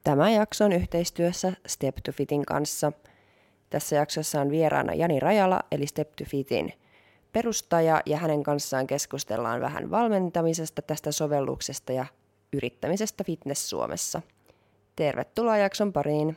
Tämä jakso on yhteistyössä Step to Fitin kanssa. Tässä jaksossa on vieraana Jani Rajala eli Step to Fitin perustaja ja hänen kanssaan keskustellaan vähän valmentamisesta, tästä sovelluksesta ja yrittämisestä Fitness Suomessa. Tervetuloa jakson pariin!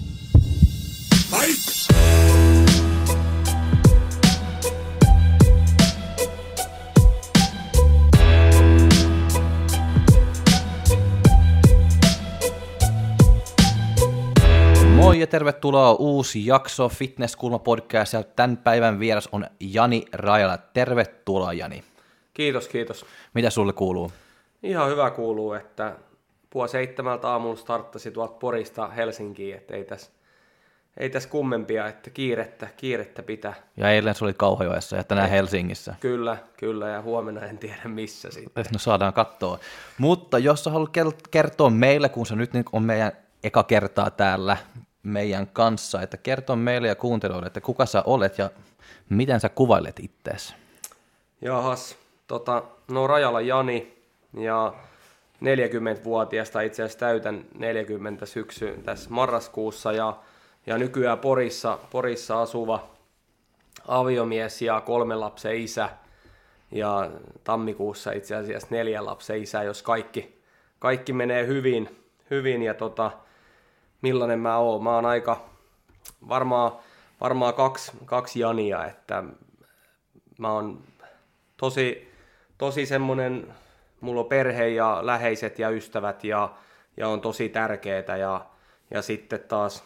Moi ja tervetuloa uusi jakso Fitnesskulma-podcast ja tämän päivän vieras on Jani Rajala. Tervetuloa Jani. Kiitos. Mitä sulle kuuluu? Ihan hyvä kuuluu, että 6:30 aamulla starttasi tuolta Porista Helsinkiin, että ei tässä kummempia, että kiirettä pitää. Ja eilen se oli Kauhajoessa ja tänään Helsingissä. Kyllä, ja huomenna en tiedä missä sitten. No saadaan katsoa. Mutta jos sä haluat kertoa meille, kun se nyt on meidän eka kertaa täällä meidän kanssa, että kertoo meille ja kuuntelijoille, että kuka sä olet ja miten sä kuvailet ittees? Jahas, Rajala Jani ja 40-vuotiaasta itse asiassa täytän 40 syksyn tässä marraskuussa ja nykyään Porissa asuva aviomies ja 3 lapsen isä ja tammikuussa itse asiassa 4 lapsen isä, jos kaikki menee hyvin ja millainen mä oon. Mä oon aika varmaan kaksi Jania, että mä oon tosi semmonen, mulla on perhe ja läheiset ja ystävät ja on tosi tärkeetä ja sitten taas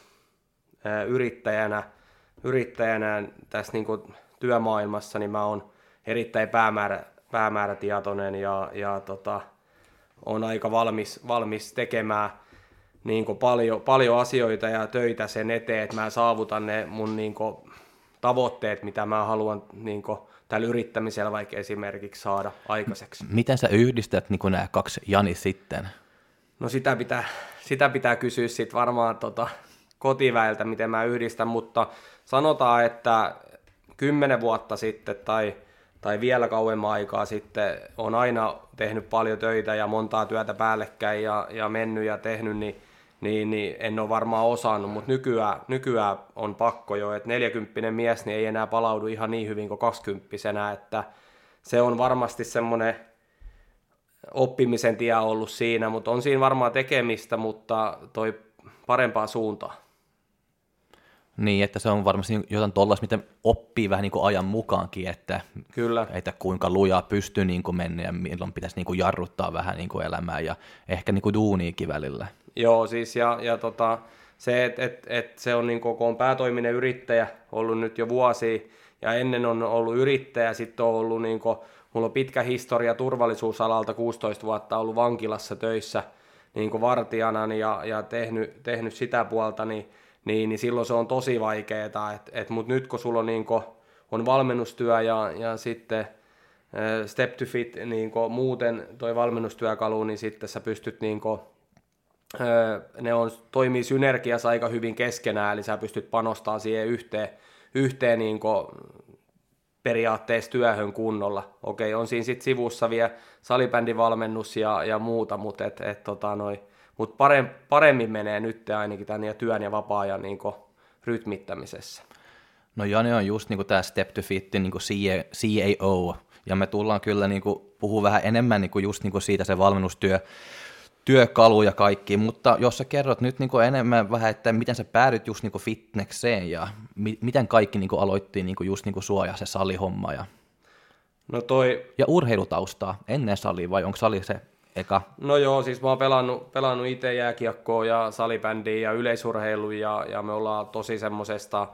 yrittäjänä tässä niinku työmaailmassa niin mä oon erittäin päämäärätietoinen ja on aika valmis tekemään niin paljon asioita ja töitä sen eteen, että mä saavutan ne mun tavoitteet, mitä mä haluan tällä yrittämisellä vaikka esimerkiksi saada aikaiseksi. Miten sä yhdistät nämä kaksi Jani sitten? No sitä pitää kysyä sitten varmaan kotiväeltä, miten mä yhdistän, mutta sanotaan, että 10 vuotta sitten tai vielä kauemman aikaa sitten on aina tehnyt paljon töitä ja montaa työtä päällekkäin ja mennyt ja tehnyt, niin en ole varmaan osannut, mutta nykyään on pakko jo, että 40 mies niin ei enää palaudu ihan niin hyvin kuin 20-vuotiaana, että se on varmasti semmoinen oppimisen tie ollut siinä, mutta on siinä varmaan tekemistä, mutta toi parempaa suuntaan. Niin, että se on varmasti jotain tollaista, mitä oppii vähän niin kuin ajan mukaankin, että, Kyllä. Että kuinka lujaa pystyy niin kuin mennä ja milloin pitäisi niin kuin jarruttaa vähän niin kuin elämää ja ehkä niin kuin duuniikin välillä. Joo, siis se, että se on, kun on päätoiminen yrittäjä ollut nyt jo vuosia ja ennen on ollut yrittäjä, sitten on ollut, mulla on pitkä historia turvallisuusalalta, 16 vuotta ollut vankilassa töissä vartijana ja tehnyt sitä puolta, niin silloin se on tosi vaikeaa, mutta nyt kun sulla on valmennustyö ja sitten Step to Fit muuten toi valmennustyökalu, niin sitten sä pystyt toimii synergiassa aika hyvin keskenään, eli sä pystyt panostamaan siihen yhteen periaatteessa työhön kunnolla. Okei, on siinä sitten sivussa vielä salibändivalmennus ja muuta, mutta paremmin menee nyt ainakin tämän työn ja vapaa-ajan rytmittämisessä. No Jani on just tämä Step to Fitin CAO, ja me tullaan kyllä puhua vähän enemmän just siitä se valmennustyökalu ja kaikki, mutta jos sä kerrot nyt enemmän vähän, että miten sä päädyt just fitnekseen ja miten kaikki aloitti just sua ja se salihomma ja urheilutaustaa ennen salia vai onko sali se eka? No joo, siis mä oon pelannut itse jääkiekkoa ja salibändiä ja yleisurheilua ja me ollaan tosi semmosesta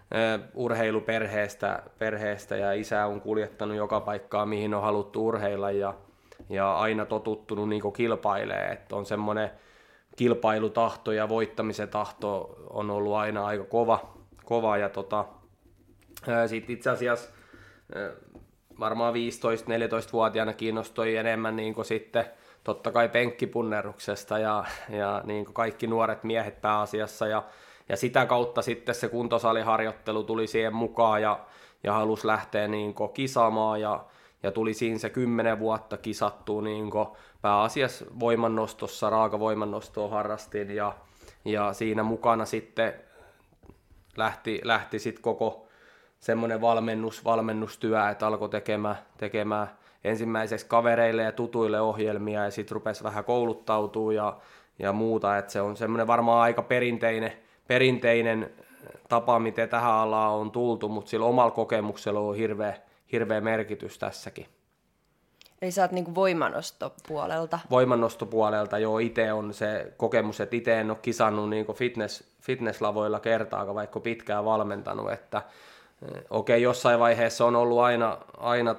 urheiluperheestä ja isä on kuljettanut joka paikkaa, mihin on haluttu urheilla ja aina totuttunut kilpailemaan, että on semmoinen kilpailutahto ja voittamisen tahto on ollut aina aika kova ja sitten itse asiassa varmaan 15-14-vuotiaana kiinnostui enemmän sitten totta kai penkkipunneruksesta ja kaikki nuoret miehet pääasiassa ja sitä kautta sitten se kuntosaliharjoittelu tuli siihen mukaan ja halusi lähteä kisaamaan ja tuli siinä se 10 vuotta kisattua pääasiassa voimannostossa, raakavoimannostoa harrastin ja siinä mukana sitten lähti sitten koko semmoinen valmennustyö, että alkoi tekemään ensimmäiseksi kavereille ja tutuille ohjelmia ja sitten rupesi vähän kouluttautua ja muuta, että se on semmoinen varmaan aika perinteinen tapa, miten tähän alaan on tultu, mutta sillä omalla kokemuksella on hirveä merkitys tässäkin. Eli sä oot niinku voimannostopuolelta? Voimannostopuolelta, joo, itse on se kokemus, että itse en ole kisannut niinku fitnesslavoilla kertaakaan, vaikka pitkään valmentanut, että okei, jossain vaiheessa on ollut aina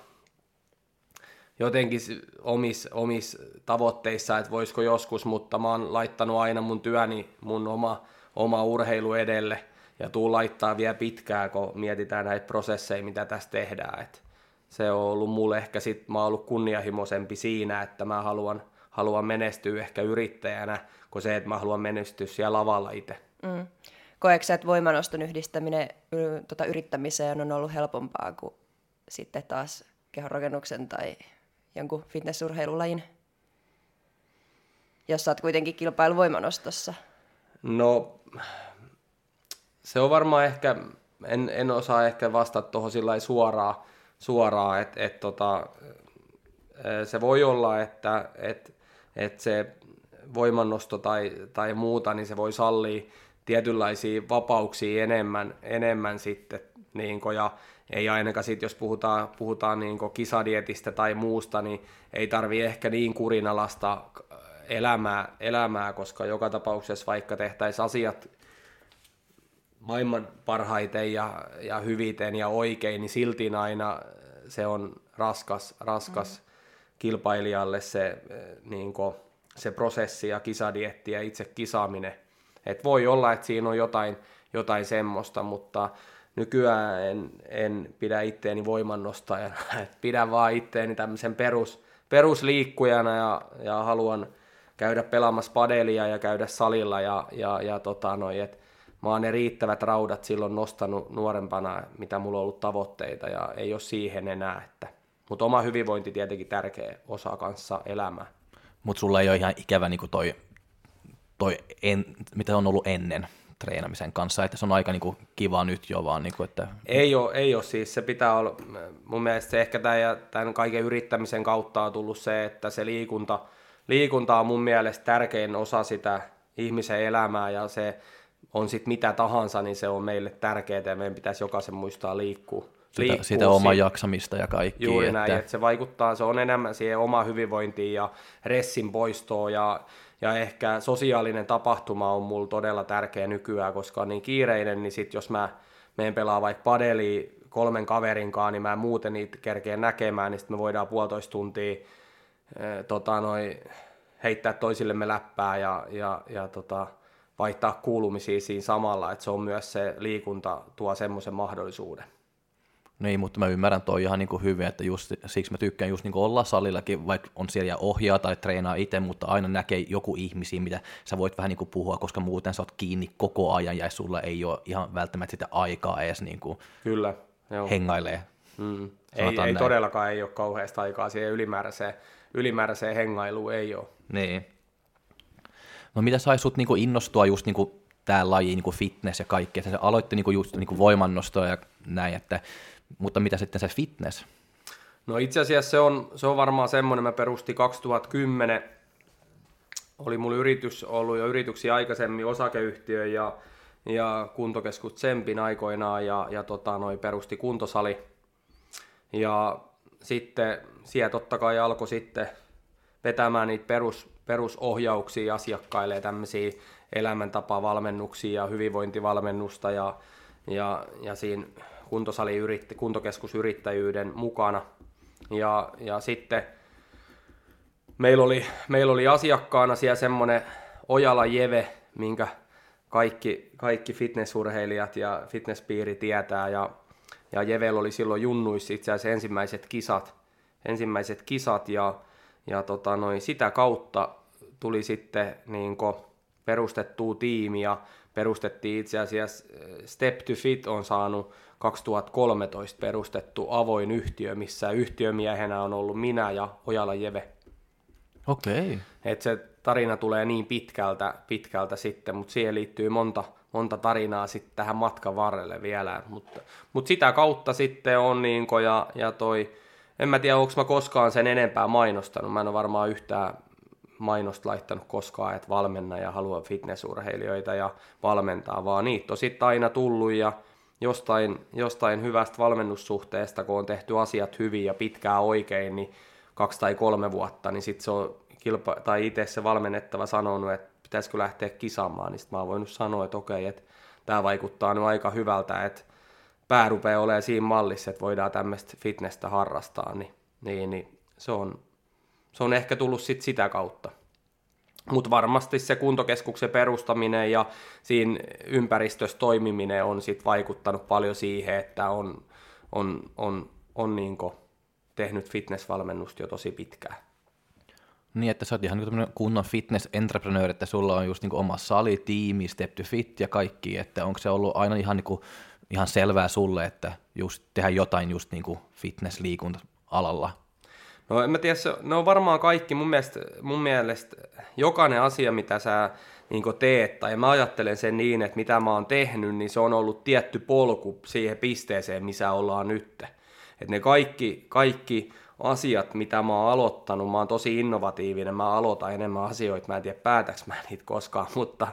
jotenkin omissa tavoitteissa, että voisiko joskus, mutta mä oon laittanut aina mun työni, mun oma urheilu edelle ja tuun laittaa vielä pitkään, kun mietitään näitä prosesseja, mitä tässä tehdään. Et se on ollut mulle ehkä mä oon ollut kunnianhimoisempi siinä, että mä haluan menestyä ehkä yrittäjänä, kuin se, että mä haluan menestyä siellä lavalla itse. Koetko sä, että voimanoston yhdistäminen yrittämiseen on ollut helpompaa kuin sitten taas kehonrakennuksen tai jonkun fitnessurheilulajin, jos sä oot kuitenkin kilpailu voimanostossa? No, se on varmaan ehkä, en osaa ehkä vastata tuohon sillä suoraan, että se voi olla, että se voimannosto tai muuta, niin se voi sallia tietynlaisia vapauksia enemmän sitten, ja ei ainakaan sitten, jos puhutaan niin kisadietistä tai muusta, niin ei tarvitse ehkä niin kurinalaista elämää, koska joka tapauksessa vaikka tehtäisiin asiat maailman parhaiten ja hyviten ja oikein, niin silti aina se on raskas kilpailijalle se prosessi ja kisadietti ja itse kisaaminen. Et voi olla, että siinä on jotain semmoista, mutta nykyään en pidä itteeni voimannostajana. Pidän vaan itteeni tämmöisen perusliikkujana ja haluan käydä pelaamassa padelia ja käydä salilla et mä oon ne riittävät raudat silloin nostanut nuorempana, mitä mulla on ollut tavoitteita ja ei ole siihen enää. Mutta oma hyvinvointi tietenkin tärkeä osa kanssa elämää. Mutta sulla ei ole ihan ikävä niin mitä on ollut ennen treenamisen kanssa, että se on aika kiva nyt jo vaan. Että... Ei ole siis, se pitää olla, mun mielestä se ehkä tämän kaiken yrittämisen kautta on tullut se, että se liikunta on mun mielestä tärkein osa sitä ihmisen elämää ja se on sitten mitä tahansa, niin se on meille tärkeää ja meidän pitäisi jokaisen muistaa liikkua. Sitä omaa jaksamista ja kaikki. Juuri näin, että se vaikuttaa, se on enemmän siihen omaan hyvinvointiin ja ressin poistoon ja ehkä sosiaalinen tapahtuma on mulla todella tärkeä nykyään, koska on niin kiireinen, niin sit jos mä menen pelaa vaikka padelia 3 kaverinkaan, niin mä muuten niitä kerkeen näkemään, niin sitten me voidaan 1,5 tuntia heittää toisillemme läppää ja vaihtaa kuulumisia siinä samalla, että se on myös se liikunta tuo semmoisen mahdollisuuden. Niin, mutta mä ymmärrän toi ihan hyvin, että just siksi mä tykkään just olla salillakin, vaikka on siellä ja ohjaa tai treenaa itse, mutta aina näkee joku ihmisiä, mitä sä voit vähän puhua, koska muuten sä oot kiinni koko ajan ja sulla ei ole ihan välttämättä sitä aikaa edes Kyllä, joo. Hengailee. Ei todellakaan ei ole kauheasta aikaa siihen ylimääräiseen hengailuun, ei ole. Niin. No mitä sai sut innostua just tää laji, fitness ja kaikki, että se aloitti just voimannostoa ja näin, mutta mitä sitten se fitness? No itse asiassa se on varmaan semmoinen, mä perustin 2010, oli mulla yritys ollut jo yrityksiä aikaisemmin, osakeyhtiö ja kuntokeskus Tsempin aikoinaan ja perusti kuntosali. Ja sitten siellä totta kai alkoi sitten vetämään niitä perusohjauksia asiakkaille ja tämmöisiä elämäntapavalmennuksia ja hyvinvointivalmennusta ja siinä kuntokeskusyrittäjyyden mukana. Ja sitten meillä oli asiakkaana siellä semmoinen Ojala Jeve, minkä kaikki fitnessurheilijat ja fitnesspiiri tietää. Ja Jevellä oli silloin junnuissa itse asiassa ensimmäiset kisat ja sitä kautta tuli sitten perustettua tiimi ja perustettiin itse asiassa Step to Fit on saanut 2013 perustettu avoin yhtiö, missä yhtiömiehenä on ollut minä ja Ojala Jeve. Okei. Että se tarina tulee niin pitkältä sitten, mutta siihen liittyy monta tarinaa sitten tähän matkan varrelle vielä. Mutta sitä kautta sitten on niinku, ja toi, en mä tiedä, onko mä koskaan sen enempää mainostanut. Mä en ole varmaan yhtään mainosta laittanut koskaan, että valmenna ja haluaa fitnessurheilijoita ja valmentaa, vaan niitä on sitten aina tullut ja jostain hyvästä valmennussuhteesta, kun on tehty asiat hyvin ja pitkään oikein, niin 2 tai 3 vuotta, niin sitten se on tai itse se valmennettava sanonut, että pitäisikö lähteä kisaamaan, niin sitten mä oon voinut sanoa, että okei, että tämä vaikuttaa nyt aika hyvältä, että pää rupeaa olemaan siinä mallissa, että voidaan tämmöistä fitnessä harrastaa, niin se on ehkä tullut sitä kautta. Mutta varmasti se kuntokeskuksen perustaminen ja siinä ympäristössä toimiminen on sit vaikuttanut paljon siihen, että on niinku tehnyt fitnessvalmennusta jo tosi pitkään. Niin, että sä oot ihan niin kunnon fitness-entrepreneur, että sulla on just niin oma sali, tiimi, Step to Fit ja kaikki, että onko se ollut aina ihan selvää sulle, että just tehdä jotain just niin kuin fitness-liikunta-alalla? No en mä tiedä, ne on varmaan kaikki, mun mielestä jokainen asia, mitä sä niin teet, tai mä ajattelen sen niin, että mitä mä oon tehnyt, niin se on ollut tietty polku siihen pisteeseen, missä ollaan nyt. Että ne kaikki asiat, mitä mä oon aloittanut, mä oon tosi innovatiivinen, mä aloitan enemmän asioita, mä en tiedä päätäks mä niitä koskaan, mutta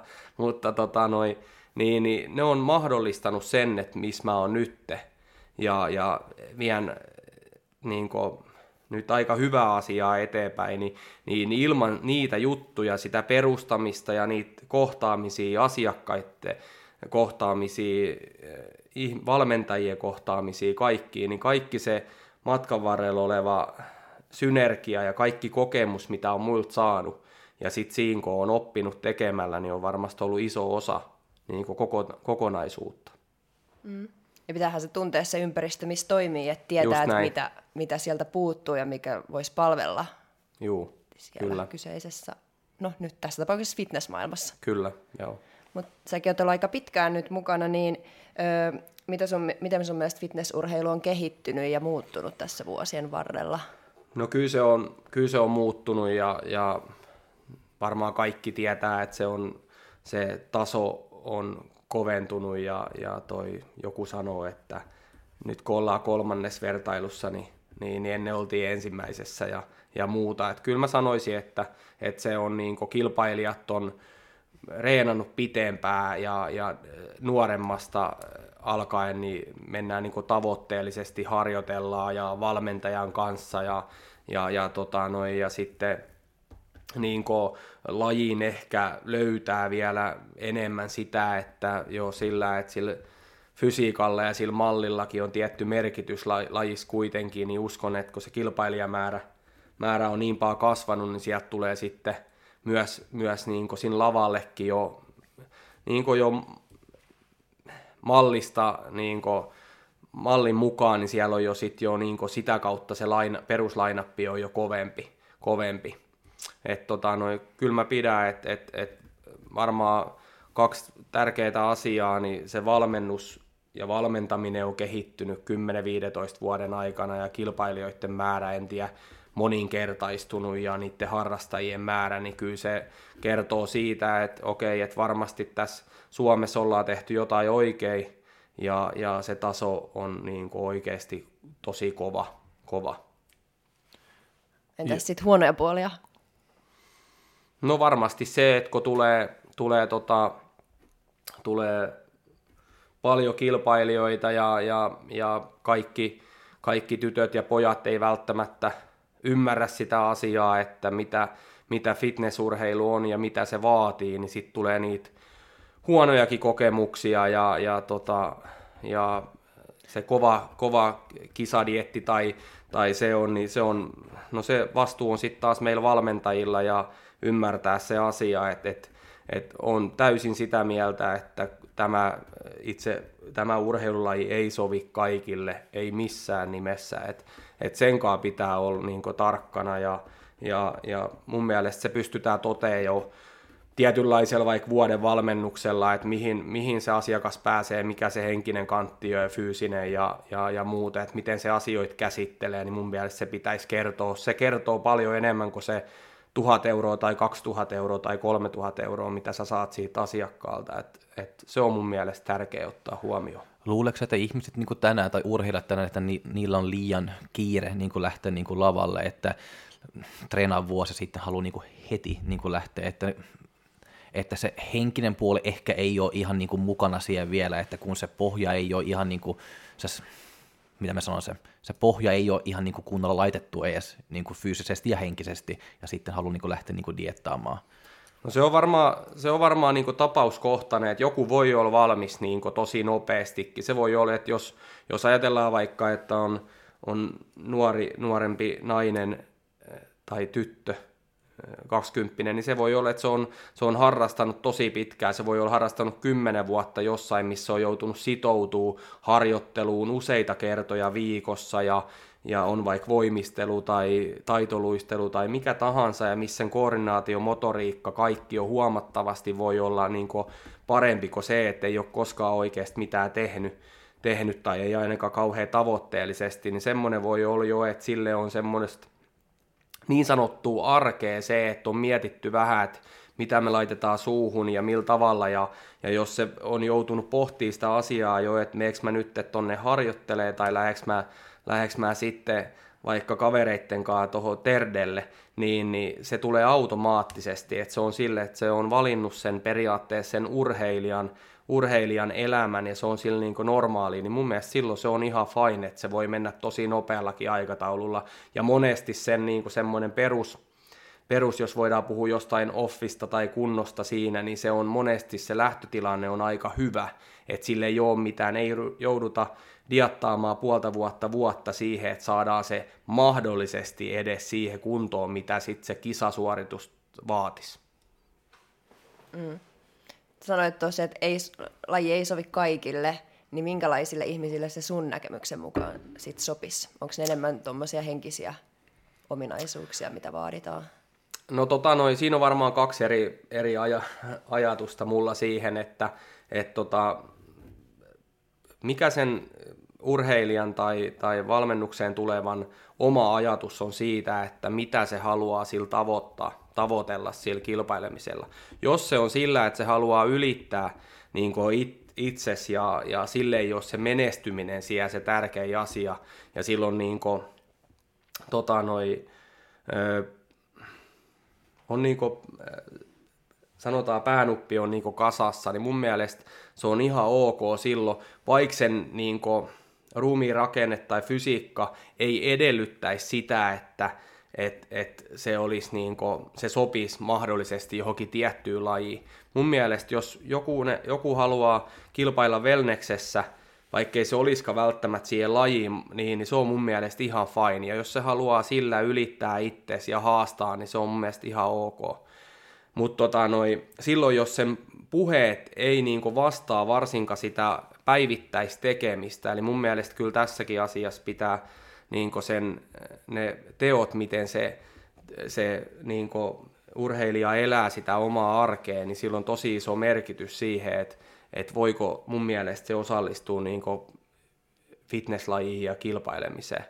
niin ne on mahdollistanut sen, että missä mä oon nyt, ja vien niin nyt aika hyvää asiaa eteenpäin, niin ilman niitä juttuja, sitä perustamista ja niitä kohtaamisia, asiakkaiden kohtaamisia, valmentajien kohtaamisia, kaikkia, niin kaikki se matkan varrella oleva synergia ja kaikki kokemus, mitä on muilta saanut, ja sitten siinä, kun on oppinut tekemällä, niin on varmasti ollut iso osa niin kokonaisuutta. Mm. Ja pitäähän se tuntea se ympäristö, missä toimii, että tietää, että mitä sieltä puuttuu ja mikä voisi palvella siellä kyllä. Kyseisessä, no nyt tässä tapauksessa fitnessmaailmassa. Kyllä, joo. Mutta säkin oot ollut aika pitkään nyt mukana, niin miten sun mielestä fitnessurheilu on kehittynyt ja muuttunut tässä vuosien varrella? No kyllä se on muuttunut ja varmaan kaikki tietää, että se taso on koventunut ja joku sanoo, että nyt kun ollaan 3. vertailussa, niin ennen oltiin ensimmäisessä ja muuta. Et kyllä mä sanoisin, että se on niinku kilpailijat on reenannut pitempään ja nuoremmasta alkaen niin mennään niinku tavoitteellisesti harjoitellaan ja valmentajan kanssa ja sitten niinku lajiin ehkä löytää vielä enemmän sitä, että jo sillä, että sillä fysiikalla ja sillä mallillakin on tietty merkitys lajissa kuitenkin, niin uskon, että kun se kilpailijamäärä on niin paljon kasvanut, niin sieltä tulee sitten myös niin kuin siinä lavallekin jo mallista niin kuin mallin mukaan, niin siellä on jo sitten jo niin kuin sitä kautta se peruslainappi on jo kovempi. Kyllä mä pidän, että varmaan 2 tärkeää asiaa, niin se valmennus ja valmentaminen on kehittynyt 10-15 vuoden aikana ja kilpailijoiden määrä en tiedä moninkertaistunut ja niiden harrastajien määrä, niin kyllä se kertoo siitä, että okei, että varmasti tässä Suomessa ollaan tehty jotain oikein ja se taso on niin kuin oikeasti tosi kova. Entäs sitten huonoja puolia? No varmasti se, että kun tulee paljon kilpailijoita ja kaikki tytöt ja pojat ei välttämättä ymmärrä sitä asiaa, että mitä fitnessurheilu on ja mitä se vaatii, niin sitten tulee niitä huonojakin kokemuksia ja se kova kisadietti tai se on, niin se vastuu on sitten taas meillä valmentajilla ja ymmärtää se asia, että on täysin sitä mieltä, että tämä urheilulaji ei sovi kaikille, ei missään nimessä, että senkaan pitää olla niin kuin tarkkana ja mun mielestä se pystytään toteamaan jo tietynlaisella vaikka vuoden valmennuksella, että mihin se asiakas pääsee, mikä se henkinen kantti on ja fyysinen ja muuta, että miten se asioita käsittelee, niin mun mielestä se pitäisi kertoa. Se kertoo paljon enemmän kuin se 1 000 € tai 2 000 € tai 3 000 €, mitä sä saat siitä asiakkaalta. Et se on mun mielestä tärkeä ottaa huomioon. Luuleeko, että ihmiset niin kuin tänään tai urheilijat tänään, että niillä on liian kiire niin kuin lähteä niin kuin lavalle, että treenaa vuosi sitten haluaa niin kuin heti niin kuin lähteä, että se henkinen puoli ehkä ei ole ihan niin kuin mukana siihen vielä, että kun se pohja ei ole ihan niin kuin, mitä mä sanon, se pohja ei ole ihan niin kuin kunnolla laitettu edes niin kuin fyysisesti ja henkisesti, ja sitten haluaa niin kuin lähteä niin kuin diettaamaan. No se on varmaan niin kuin tapauskohtainen, että joku voi olla valmis niin kuin tosi nopeastikin. Se voi olla, että jos ajatellaan vaikka, että on nuorempi nainen tai tyttö, 20, niin se voi olla, että se on harrastanut tosi pitkään. Se voi olla harrastanut 10 vuotta jossain, missä on joutunut sitoutumaan harjoitteluun useita kertoja viikossa ja on vaikka voimistelu tai taitoluistelu tai mikä tahansa, ja missä koordinaatio, motoriikka, kaikki on huomattavasti voi olla niin kuin parempi kuin se, että ei ole koskaan oikeasti mitään tehnyt tai ei ainakaan kauhean tavoitteellisesti, niin semmoinen voi olla jo, että sille on semmoista niin sanottua arkea se, että on mietitty vähän, että mitä me laitetaan suuhun ja millä tavalla, ja jos se on joutunut pohtimaan sitä asiaa jo, että meneekö mä nyt tonne harjoittelee tai lähdekö mä sitten vaikka kavereitten kanssa tuohon terdelle, niin se tulee automaattisesti, että se on sille, että se on valinnut sen periaatteessa sen urheilijan elämän ja se on sillä niin kuin normaali, niin mun mielestä silloin se on ihan fine, että se voi mennä tosi nopeallakin aikataululla ja monesti sen niin kuin semmoinen perus, jos voidaan puhua jostain offista tai kunnosta siinä, niin se on monesti se lähtötilanne on aika hyvä, että sille ei ole mitään, ei jouduta diattaamaan vuotta siihen, että saadaan se mahdollisesti edes siihen kuntoon, mitä sitten se kisasuoritus vaatisi. Sanoit tuossa, että laji ei sovi kaikille, niin minkälaisille ihmisille se sun näkemyksen mukaan sit sopisi? Onko ne enemmän tuommoisia henkisiä ominaisuuksia, mitä vaaditaan? No siinä on varmaan 2 eri ajatusta mulla siihen, että mikä sen urheilijan tai valmennukseen tulevan oma ajatus on siitä, että mitä se haluaa sillä tavoitella sillä kilpailemisella. Jos se on sillä, että se haluaa ylittää niin kuin itses ja sille ei ole se menestyminen siellä se tärkein asia, ja silloin niin kuin, on niin kuin, sanotaan päänuppi on niin kuin kasassa, niin mun mielestä se on ihan ok silloin, vaikka sen niin kuin ruumiin rakenne tai fysiikka ei edellyttäisi sitä, että se olisi niin kuin, se sopisi mahdollisesti johonkin tiettyyn lajiin. Mun mielestä jos joku haluaa kilpailla wellnessessä, vaikkei se olisikaan välttämättä siihen lajiin, niin se on mun mielestä ihan fine. Ja jos se haluaa sillä ylittää itsesi ja haastaa, niin se on mun mielestä ihan ok. Mutta silloin, jos sen puheet ei niinku vastaa varsinkaan sitä päivittäistekemistä, eli mun mielestä kyllä tässäkin asiassa pitää niinku ne teot, miten se niinku urheilija elää sitä omaa arkea, niin sillä on tosi iso merkitys siihen, että voiko mun mielestä se osallistua niinku fitnesslajiin ja kilpailemiseen.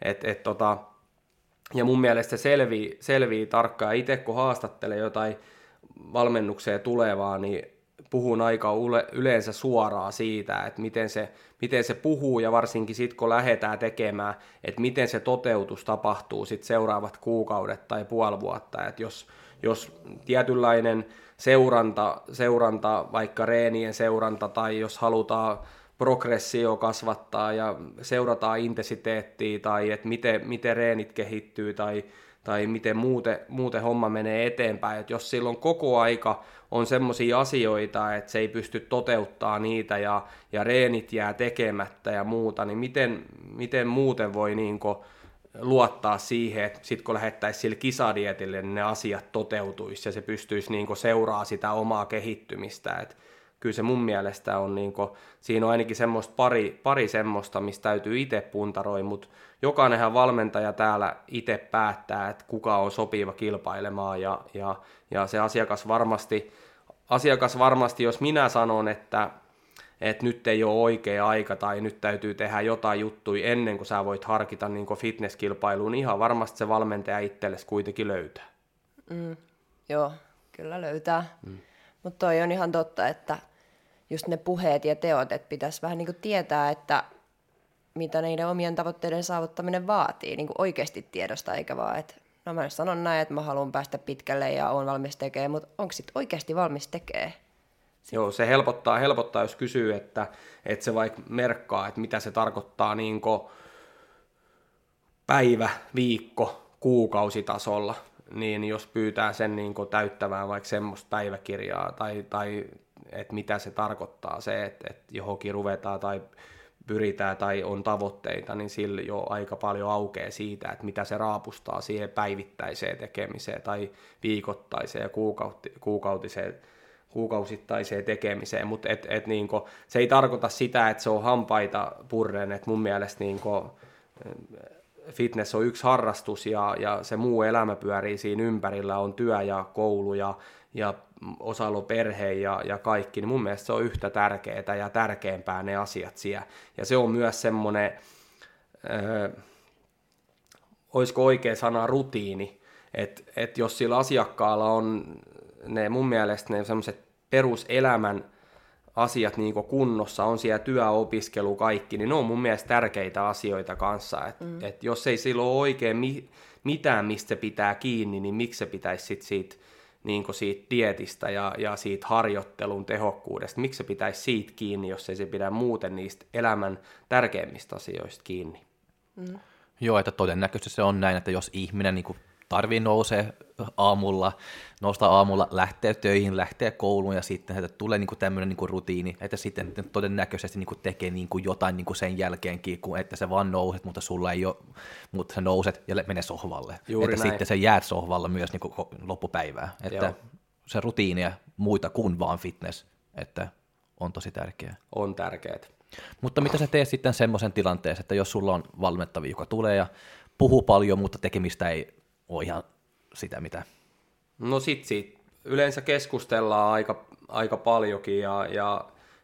Ja mun mielestä se selvii tarkkaan. Itse kun haastattelee jotain valmennukseen tulevaa, niin puhun aika yleensä suoraan siitä, että miten se puhuu, ja varsinkin sitten kun lähdetään tekemään, että miten se toteutus tapahtuu sit seuraavat kuukaudet tai puoli vuotta. Että jos tietynlainen seuranta, vaikka reenien seuranta, tai jos halutaan progressio kasvattaa ja seurataan intensiteettiä tai että miten reenit kehittyy tai miten muuten homma menee eteenpäin. Että jos silloin koko aika on semmoisia asioita, että se ei pysty toteuttaa niitä ja reenit jää tekemättä ja muuta, niin miten muuten voi niinku luottaa siihen, että sitten kun lähettäisiin sille kisadietille, niin ne asiat toteutuisi ja se pystyisi niinku seuraa sitä omaa kehittymistä. Et kyllä se mun mielestä on, siinä on ainakin semmoista pari semmoista, mistä täytyy itse puntaroi, mutta jokainenhan valmentaja täällä itse päättää, että kuka on sopiva kilpailemaan, ja se asiakas varmasti, jos minä sanon, että nyt ei ole oikea aika tai nyt täytyy tehdä jotain juttuja ennen kuin sä voit harkita fitnesskilpailuun, niin ihan varmasti se valmentaja itsellesi kuitenkin löytää. Joo, kyllä löytää. Mutta toi on ihan totta, että just ne puheet ja teot, että pitäisi vähän niin kuin tietää, että mitä niiden omien tavoitteiden saavuttaminen vaatii, niin kuin oikeasti tiedosta, eikä vaan, että no mä sanon näin, että mä haluan päästä pitkälle ja oon valmis tekemään, mutta onko sitten oikeasti valmis tekemään? Joo, se helpottaa, jos kysyy, että se vaikka merkkaa, että mitä se tarkoittaa niin kuin päivä, viikko, kuukausitasolla, niin jos pyytää sen niin kuin täyttämään vaikka semmoista päiväkirjaa tai että mitä se tarkoittaa se, että johonkin ruvetaan tai pyritään tai on tavoitteita, niin sillä jo aika paljon aukeaa siitä, että mitä se raapustaa siihen päivittäiseen tekemiseen tai viikoittaiseen ja kuukausittaiseen tekemiseen, mutta niinku, se ei tarkoita sitä, että se on hampaita purren, että mun mielestä niinku, fitness on yksi harrastus ja se muu elämä pyörii siinä ympärillä, on työ ja koulu ja osalla on perhe ja kaikki, niin mun mielestä se on yhtä tärkeää ja tärkeämpää ne asiat siellä. Ja se on myös semmoinen, olisiko oikea sana, rutiini, että jos sillä asiakkaalla on mun mielestä ne semmoiset peruselämän asiat niin kunnossa, on siellä työopiskelu kaikki, niin ne on mun mielestä tärkeitä asioita kanssa. Et jos ei sillä ole oikein mitään, mistä se pitää kiinni, niin miksi se pitäisi sit siitä dietistä ja siitä harjoittelun tehokkuudesta, miksi se pitäisi siitä kiinni, jos ei se pidä muuten niistä elämän tärkeimmistä asioista kiinni. Joo, että todennäköisesti se on näin, että jos ihminen niin tarvii nousta aamulla, lähtee töihin, lähtee kouluun ja sitten että tulee tämmöinen rutiini, että sitten todennäköisesti tekee jotain sen jälkeenkin, kun että se vaan nouset, mutta sulla ei ole, mutta sä nouset ja menee sohvalle. Juuri että näin. Sitten se jäät sohvalla myös loppupäivää. Että Joo. se rutiini ja muita kuin vaan fitness, että on tosi tärkeää. On tärkeää. Mutta mitä sä teet sitten semmoisen tilanteessa, että jos sulla on valmentavia, joka tulee ja puhuu paljon, mutta tekemistä ei ole ihan sitä, mitä? No sit siitä yleensä keskustellaan aika paljonkin ja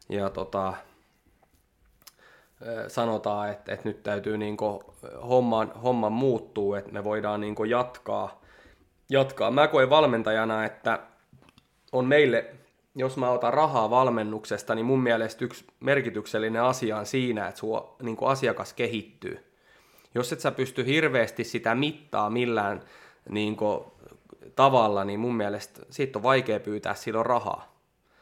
sanotaan, että nyt täytyy homman muuttuu, että me voidaan jatkaa. Mä koen valmentajana, että on meille, jos mä otan rahaa valmennuksesta, niin mun mielestä yksi merkityksellinen asia on siinä, että sun asiakas kehittyy. Jos et sä pysty hirveästi sitä mittaa millään tavalla, niin mun mielestä siitä on vaikea pyytää silloin rahaa.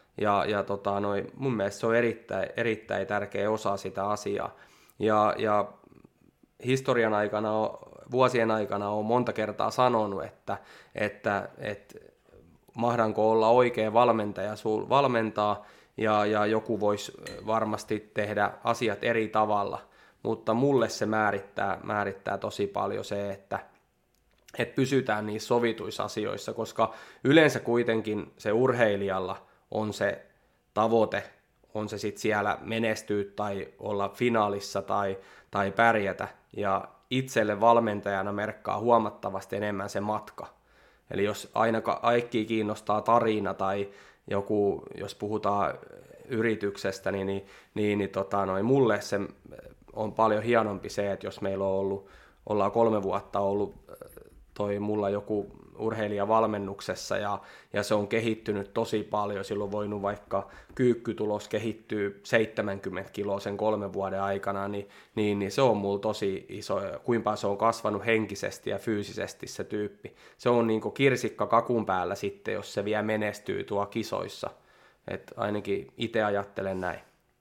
Mun mielestä se on erittäin tärkeä osa sitä asiaa. Ja historian aikana, vuosien aikana olen monta kertaa sanonut, että mahdanko olla oikea valmentaja sul valmentaa ja joku voisi varmasti tehdä asiat eri tavalla. Mutta mulle se määrittää tosi paljon se, että pysytään niissä sovituissa asioissa, koska yleensä kuitenkin se urheilijalla on se tavoite, on se sitten siellä menestyä tai olla finaalissa tai pärjätä. Ja itselle valmentajana merkkaa huomattavasti enemmän se matka. Eli jos aina kaikki kiinnostaa tarina tai joku, jos puhutaan yrityksestä, niin mulle se on paljon hienompi se, että jos meillä on ollaan 3 vuotta ollut mulla joku urheilija valmennuksessa ja se on kehittynyt tosi paljon, silloin on voinut vaikka kyykkytulos kehittyy 70 kiloa sen 3 vuoden aikana, niin se on mulla tosi iso, kuinka se on kasvanut henkisesti ja fyysisesti se tyyppi. Se on niin kuin kirsikka kakun päällä sitten, jos se vielä menestyy tuo kisoissa, että ainakin itse ajattelen näin.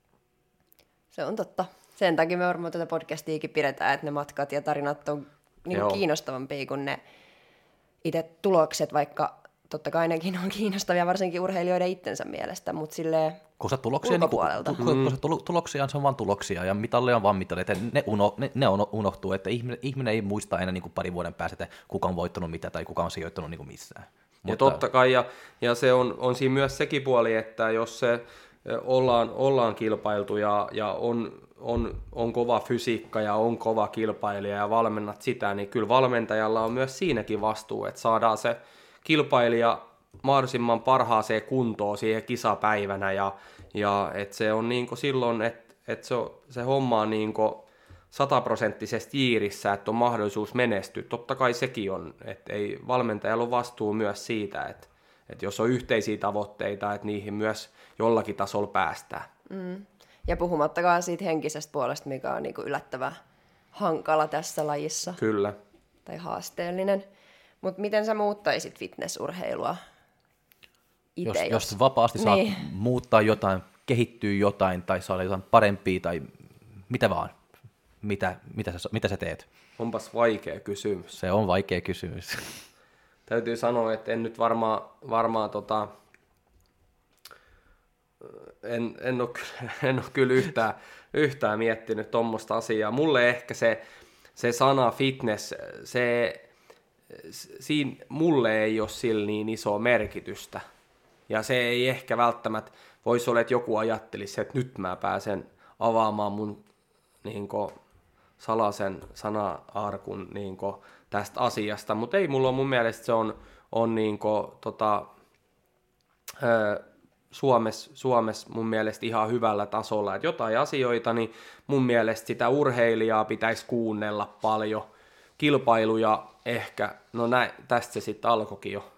Se on totta. Sen takia me varmaan tätä podcastiakin pidetään, että ne matkat ja tarinat on kiinnostavampia kuin ne itse tulokset, vaikka totta kai nekin on kiinnostavia, varsinkin urheilijoiden itsensä mielestä, mutta silleen ulkopuolelta. Tuloksia se on vaan tuloksia ja mitalleja on vaan mitalleja, ne unohtuu, että ihminen ei muista enää pari vuoden päästä, että kuka on voittanut mitä tai kuka on sijoittanut missään. Ja totta kai, ja se on siinä myös sekin puoli, että jos se ollaan kilpailtu ja on kova fysiikka ja on kova kilpailija ja valmennat sitä, niin kyllä valmentajalla on myös siinäkin vastuu, että saadaan se kilpailija mahdollisimman parhaaseen kuntoon siihen kisapäivänä ja että se on silloin, että se homma on 100% jiirissä, että on mahdollisuus menestyä. Totta kai sekin on, että ei valmentajalla ole vastuu myös siitä, että jos on yhteisiä tavoitteita, että niihin myös jollakin tasolla päästään. Ja puhumattakaan siitä henkisestä puolesta, mikä on niinku yllättävän hankala tässä lajissa. Kyllä. Tai haasteellinen. Mutta miten sä muuttaisit fitnessurheilua itse? Jos vapaasti saat muuttaa jotain, kehittyy jotain tai saada jotain parempia tai mitä vaan, mitä sä teet? Onpas vaikea kysymys. Se on vaikea kysymys. Täytyy sanoa, että en nyt varmaan en ole kyllä yhtään miettinyt tuommoista asiaa. Mulle ehkä se sana fitness, siinä mulle ei ole sillä niin isoa merkitystä. Ja se ei ehkä välttämättä voisi olla, että joku ajattelisi, että nyt mä pääsen avaamaan mun salaisen sana-arkun tästä asiasta. Mutta ei mulla ole, mun mielestä se on Suomessa mun mielestä ihan hyvällä tasolla. Et jotain asioita, niin mun mielestä sitä urheilijaa pitäisi kuunnella paljon. Kilpailuja ehkä, no tästä se sitten alkoikin jo.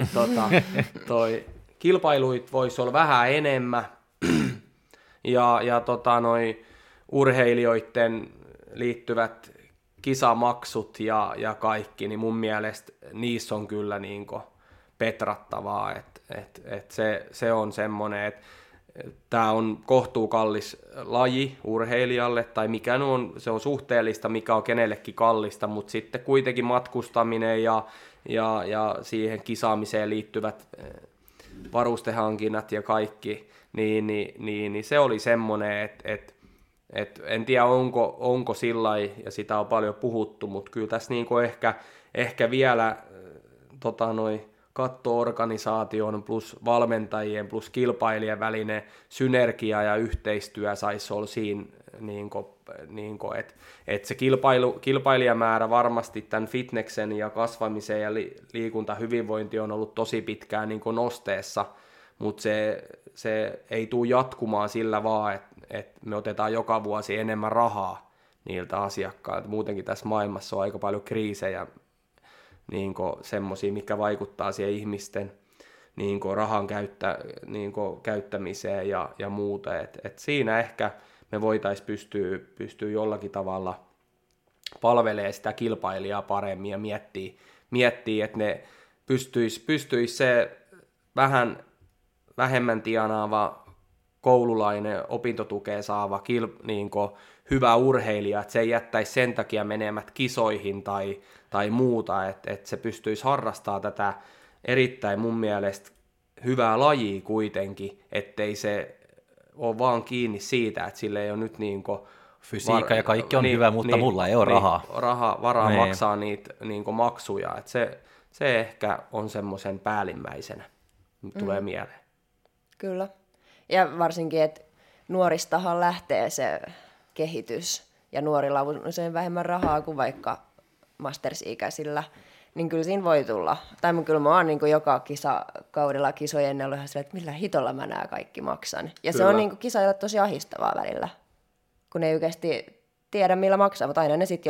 Kilpailuit voisi olla vähän enemmän. ja urheilijoiden liittyvät kisamaksut ja kaikki, niin mun mielestä niissä on kyllä petrattavaa, että se on semmoinen, että tämä on kohtuukallis laji urheilijalle, tai mikä se on suhteellista, mikä on kenellekin kallista, mutta sitten kuitenkin matkustaminen ja siihen kisaamiseen liittyvät varustehankinnat ja kaikki, niin se oli semmoinen, että en tiedä onko sillai, ja sitä on paljon puhuttu, mutta kyllä tässä ehkä vielä katto-organisaation plus valmentajien plus kilpailijan välinen synergia ja yhteistyö saisi olla siinä, että se kilpailijamäärä varmasti tämän fitneksen ja kasvamisen ja liikuntahyvinvointi on ollut tosi pitkään nosteessa, mutta se ei tule jatkumaan sillä vaan, että me otetaan joka vuosi enemmän rahaa niiltä asiakkailta. Muutenkin tässä maailmassa on aika paljon kriisejä, semmoisia, mikä vaikuttaa siihen ihmisten rahan käyttämiseen ja muuta. Et siinä ehkä me voitaisiin pystyä jollakin tavalla palvelemaan sitä kilpailijaa paremmin ja miettiä että ne pystyisi se vähän vähemmän tienaava koululainen, opintotukea saava hyvä urheilija, että se ei jättäisi sen takia menemät kisoihin tai muuta, että se pystyisi harrastamaan tätä erittäin mun mielestä hyvää lajia kuitenkin, ettei se ole vaan kiinni siitä, että sillä ei ole nyt fysiikka ja kaikki on hyvä, mutta mulla ei ole varaa maksaa niitä maksuja, että se ehkä on semmoisen päällimmäisenä, tulee mieleen. Kyllä. Ja varsinkin, että nuoristahan lähtee se kehitys, ja nuorilla on usein vähemmän rahaa kuin vaikka masters-ikäisillä, niin kyllä siinä voi tulla. Tai kyllä mä oon joka kisakaudella kisojen ollut ihan silleen, että millä hitolla mä nämä kaikki maksan. Ja kyllä. Se on kisailla tosi ahdistavaa välillä, kun ei oikeasti tiedä millä maksaa, mutta aina ne sitten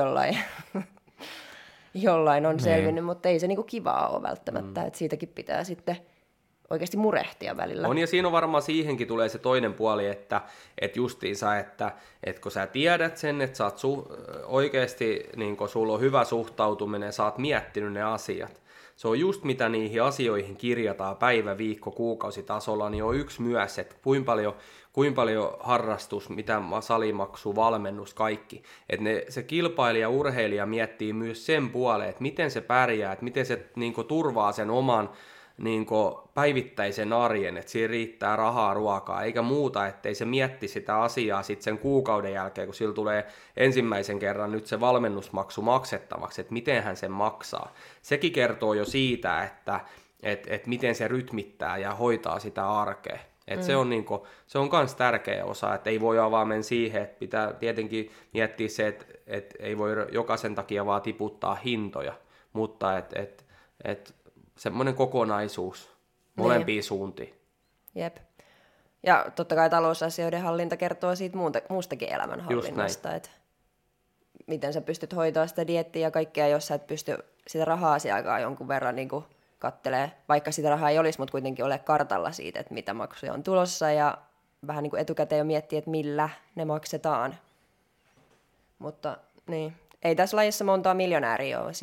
jollain on selvinnyt, mutta ei se kivaa ole välttämättä, että siitäkin pitää sitten oikeasti murehtia välillä. On, ja siinä on varmaan siihenkin tulee se toinen puoli, että justiinsa, että kun sä tiedät sen, että sä oot oikeasti, sulla on hyvä suhtautuminen, sä oot miettinyt ne asiat. Se on just mitä niihin asioihin kirjataan päivä, viikko, kuukausitasolla, niin on yksi myös, että kuinka paljon harrastus, mitä salimaksu, valmennus, kaikki. Että se kilpailija, urheilija miettii myös sen puoleen, että miten se pärjää, että miten se turvaa sen oman päivittäisen arjen, että siinä riittää rahaa, ruokaa, eikä muuta, ettei se mietti sitä asiaa sitten sen kuukauden jälkeen, kun sillä tulee ensimmäisen kerran nyt se valmennusmaksu maksettavaksi, että miten hän sen maksaa. Sekin kertoo jo siitä, että miten se rytmittää ja hoitaa sitä arkea. Se on myös tärkeä osa, että ei voi vaan mennä siihen, että pitää tietenkin miettiä se, että ei voi jokaisen takia vaan tiputtaa hintoja, mutta että semmoinen kokonaisuus molempiin suuntiin. Jep. Ja totta kai talousasioiden hallinta kertoo siitä muustakin elämänhallinnasta. miten sä pystyt hoitaa sitä dieettiä ja kaikkea, jos sä et pysty sitä rahaa aikaa jonkun verran niin kattelee, vaikka sitä rahaa ei olisi, mutta kuitenkin ole kartalla siitä, että mitä maksuja on tulossa ja vähän niin kuin etukäteen jo miettiä, että millä ne maksetaan. Mutta niin, ei tässä lajissa montaa miljonääriä ole,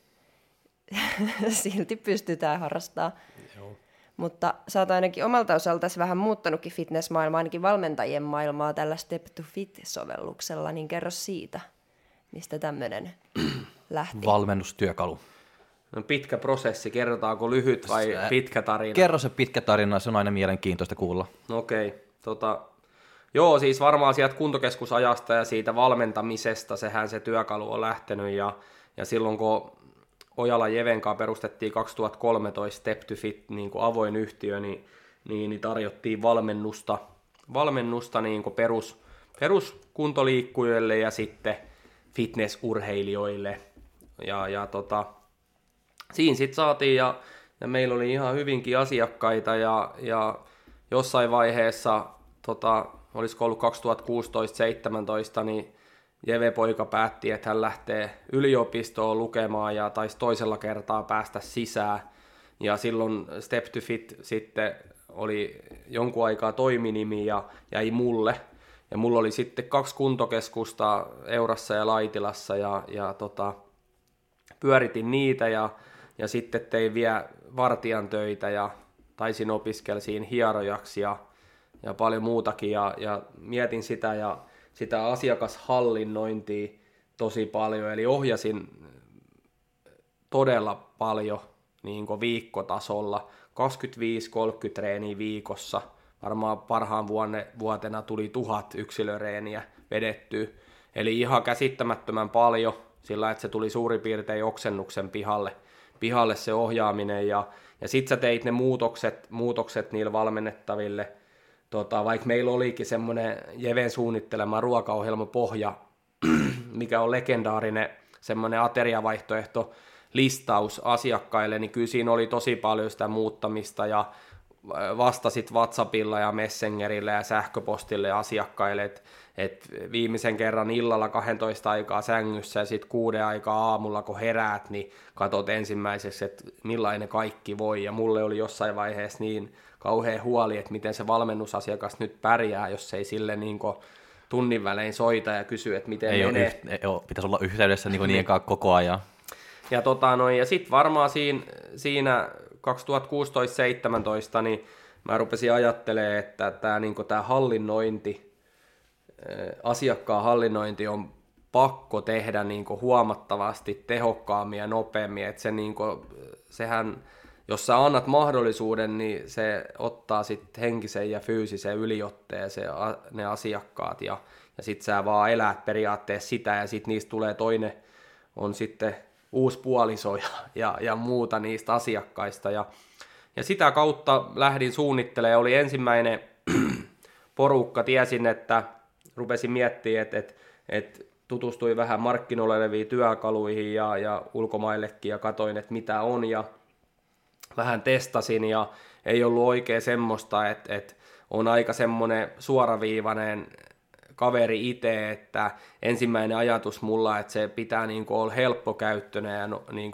silti pystytään harrastamaan. Joo. Mutta sä oot ainakin omalta osaltasi vähän muuttanutkin fitnessmaailmaa, ainakin valmentajien maailmaa tällä Step to Fit-sovelluksella, niin kerro siitä, mistä tämmöinen lähti. Valmennustyökalu. No, pitkä prosessi, kerrotaanko lyhyt vai pitkä tarina? Kerro se pitkä tarina, se on aina mielenkiintoista kuulla. Okei, joo, siis varmaan sieltä kuntokeskusajasta ja siitä valmentamisesta sehän se työkalu on lähtenyt ja silloin kun Ojala Jevenkaan perustettiin 2013 Step to Fit niin kuin avoin yhtiö, niin tarjottiin valmennusta niin kuin peruskuntoliikkujille ja sitten fitnessurheilijoille. Siinä sitten saatiin ja meillä oli ihan hyvinkin asiakkaita ja jossain vaiheessa, olisiko ollut 2016-2017, niin Jeve-poika päätti, että hän lähtee yliopistoon lukemaan ja taisi toisella kertaa päästä sisään. Ja silloin Step to Fit sitten oli jonkun aikaa toiminimi ja jäi mulle. Ja mulla oli sitten 2 kuntokeskusta Eurassa ja Laitilassa ja pyöritin niitä ja sitten tein vielä vartijan töitä ja taisin opiskella siinä hierojaksi ja paljon muutakin ja mietin sitä asiakashallinnointia tosi paljon, eli ohjasin todella paljon niin kuin viikkotasolla, 25-30 treeniä viikossa, varmaan parhaan vuotena tuli 1000 yksilöreeniä vedettyä, eli ihan käsittämättömän paljon, sillä että se tuli suurin piirtein oksennuksen pihalle se ohjaaminen, ja sit sä teit ne muutokset niille valmennettaville, vaikka meillä olikin semmoinen Jeven suunnittelema ruokaohjelmapohja, mikä on legendaarinen semmoinen ateriavaihtoehto listaus asiakkaille, niin kyllä siinä oli tosi paljon sitä muuttamista ja vastasit WhatsAppilla ja Messengerillä ja sähköpostille asiakkaille, että viimeisen kerran illalla 12 aikaa sängyssä ja sitten 6 aikaa aamulla kun heräät, niin katot ensimmäiseksi, että millainen kaikki voi, ja mulle oli jossain vaiheessa niin kauhean huoli, että miten se valmennusasiakas nyt pärjää, jos ei sille niin tunnin välein soita ja kysy, että miten menee. Pitäisi olla yhteydessä niiden kanssa koko ajan. Ja, ja sitten varmaan siinä 2016-2017 niin mä rupesin ajattelemaan, että tämä hallinnointi, asiakkaan hallinnointi on pakko tehdä huomattavasti tehokkaammin ja nopeammin, että sehän, jos sä annat mahdollisuuden, niin se ottaa sitten henkisen ja fyysisen yliotteen ne asiakkaat ja sitten sä vaan elät periaatteessa sitä ja sitten niistä tulee toinen, on sitten uusi puoliso ja muuta niistä asiakkaista ja sitä kautta lähdin suunnittelemaan ja oli ensimmäinen porukka, tiesin, että rupesin miettimään, että tutustuin vähän markkinoilla oleviin työkaluihin ja ulkomaillekin ja katoin, että mitä on ja vähän testasin ja ei ollut oikein semmoista, että on aika semmoinen suoraviivainen kaveri itse, että ensimmäinen ajatus mulla, että se pitää olla helppokäyttöinen ja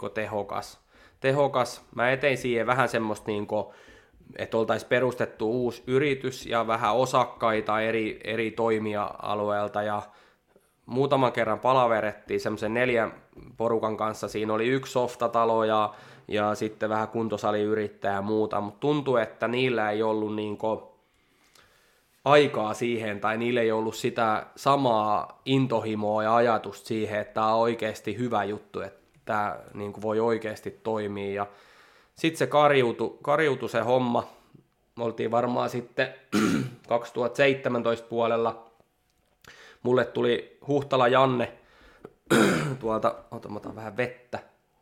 tehokas. Mä etein siihen vähän semmoista, että oltaisiin perustettu uusi yritys ja vähän osakkaita eri toimija-alueelta ja muutaman kerran palaverettiin semmoisen 4 porukan kanssa. Siinä oli 1 softatalo ja sitten vähän kuntosaliyrittäjä ja muuta, mutta tuntui, että niillä ei ollut aikaa siihen tai niillä ei ollut sitä samaa intohimoa ja ajatusta siihen, että tämä on oikeasti hyvä juttu, että tämä voi oikeasti toimia. Ja sitten se kariutui se homma. Me oltiin varmaan sitten 2017 puolella. Mulle tuli Huhtala Janne tuolta, otan vähän vettä.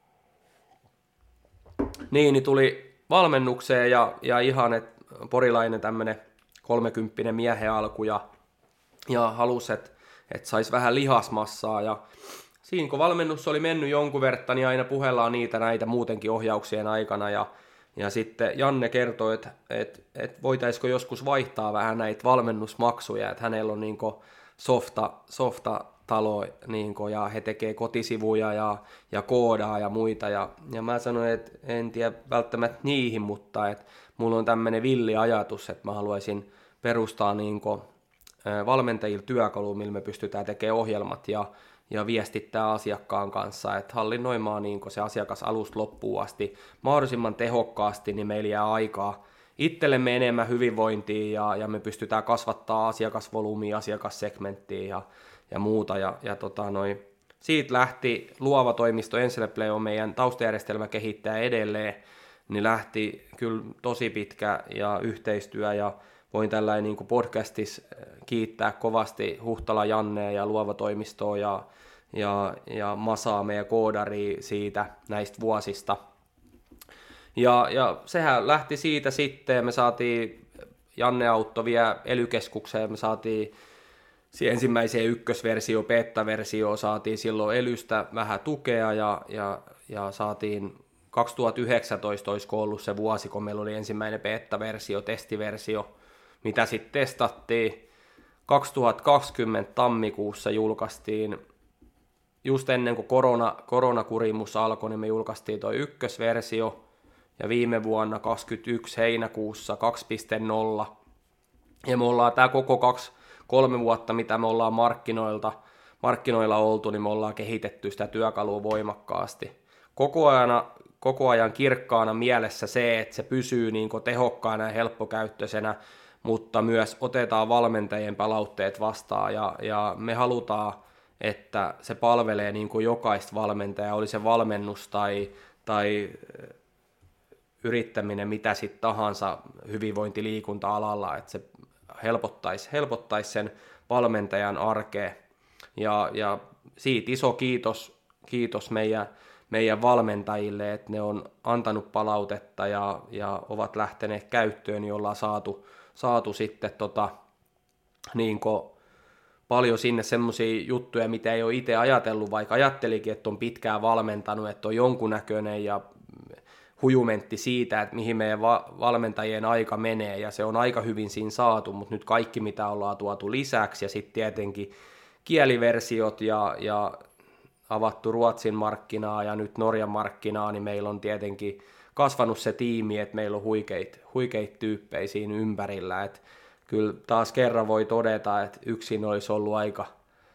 Niin tuli valmennukseen ja ihan, että porilainen tämmönen 30 miehen alku ja halusi, että saisi vähän lihasmassaa ja siinä kun valmennus oli mennyt jonkun verran, niin aina puhellaan näitä muutenkin ohjauksien aikana ja sitten Janne kertoi, että voitaisiko joskus vaihtaa vähän näitä valmennusmaksuja, että hänellä on softa talo, niin kuin, ja he tekee kotisivuja ja koodaa ja muita. Ja mä sanoin, että en tiedä välttämättä niihin, mutta että mulla on tämmöinen villi ajatus, että mä haluaisin perustaa niin kuin, valmentajille työkalu, millä me pystytään tekemään ohjelmat ja viestittää asiakkaan kanssa, että hallinnoimaan niin se asiakas alusta loppuun asti mahdollisimman tehokkaasti, niin meillä jää aikaa itsellemme enemmän hyvinvointia ja me pystytään kasvattaa asiakasvolyymia, asiakassegmenttiä ja muuta. Siitä lähti Luova toimisto Enseleplay on meidän taustajärjestelmä kehittää edelleen, niin lähti kyllä tosi pitkä ja yhteistyö ja voin tällainen niin kuin podcastissa kiittää kovasti Huhtala Jannea ja Luova toimistoa ja Masaa meidän koodari siitä näistä vuosista. Ja sehän lähti siitä sitten, me saatiin, Janne auttoi vielä ELY-keskukseen, me saatiin ensimmäiseen ykkösversio, beta-versio, saatiin silloin ELYstä vähän tukea ja saatiin 2019 olisiko ollut se vuosi, kun meillä oli ensimmäinen beta-versio, testiversio, mitä sitten testattiin. 2020 tammikuussa julkaistiin, just ennen kuin koronakurimus alkoi, niin me julkaistiin toi ykkösversio, ja viime vuonna 2021 heinäkuussa 2.0. Ja me ollaan tää koko 2-3 vuotta, mitä me ollaan markkinoilla oltu, niin me ollaan kehitetty sitä työkalua voimakkaasti. Koko ajan kirkkaana mielessä se, että se pysyy niin kuin tehokkaana ja helppokäyttöisenä, mutta myös otetaan valmentajien palautteet vastaan ja me halutaan, että se palvelee niin kuin jokaista valmentajaa, oli se valmennus tai yrittäminen mitä sitten tahansa hyvinvointiliikunta-alalla, että se helpottaisi sen valmentajan arkea. Ja siitä iso kiitos meidän valmentajille, että ne on antanut palautetta ja ovat lähteneet käyttöön, niin ollaan saatu sitten paljon sinne semmoisia juttuja, mitä ei ole itse ajatellut, vaikka ajattelikin, että on pitkään valmentanut, että on jonkunnäköinen ja hujumentti siitä, että mihin meidän valmentajien aika menee, ja se on aika hyvin siinä saatu, mutta nyt kaikki, mitä ollaan tuotu lisäksi, ja sitten tietenkin kieliversiot ja avattu Ruotsin markkinaa ja nyt Norjan markkinaa, niin meillä on tietenkin kasvanut se tiimi, että meillä on huikeita tyyppejä siinä ympärillä, että kyllä taas kerran voi todeta, että yksin olisi ollut aika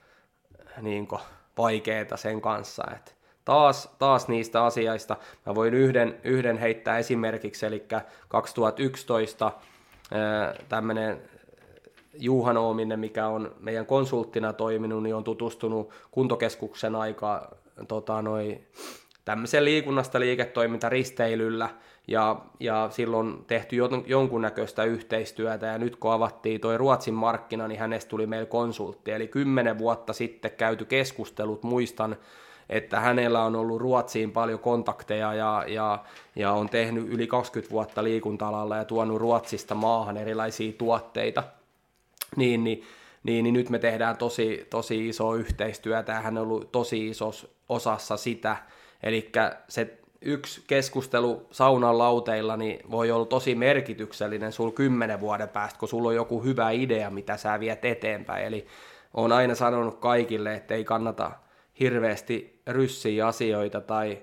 vaikeaa sen kanssa, että taas niistä asiaista. Mä voin yhden heittää esimerkiksi, eli 2011 tämmöinen Juhan Oominen, mikä on meidän konsulttina toiminut, niin on tutustunut kuntokeskuksen aikaa tämmöisen liikunnasta liiketoimintaristeilyllä, ja silloin tehty jonkunnäköistä yhteistyötä, ja nyt kun avattiin toi Ruotsin markkina, niin hänestä tuli meillä konsultti, eli 10 vuotta sitten käyty keskustelut, muistan, että hänellä on ollut Ruotsiin paljon kontakteja ja on tehnyt yli 20 vuotta liikunta-alalla ja tuonut Ruotsista maahan erilaisia tuotteita, niin nyt me tehdään tosi isoa yhteistyötä, ja hän on ollut tosi isossa osassa sitä, eli se yksi keskustelu saunan lauteilla niin voi olla tosi merkityksellinen sul 10 vuoden päästä, kun sulla on joku hyvä idea, mitä sä viet eteenpäin, eli olen aina sanonut kaikille, että ei kannata hirveästi ryssiä asioita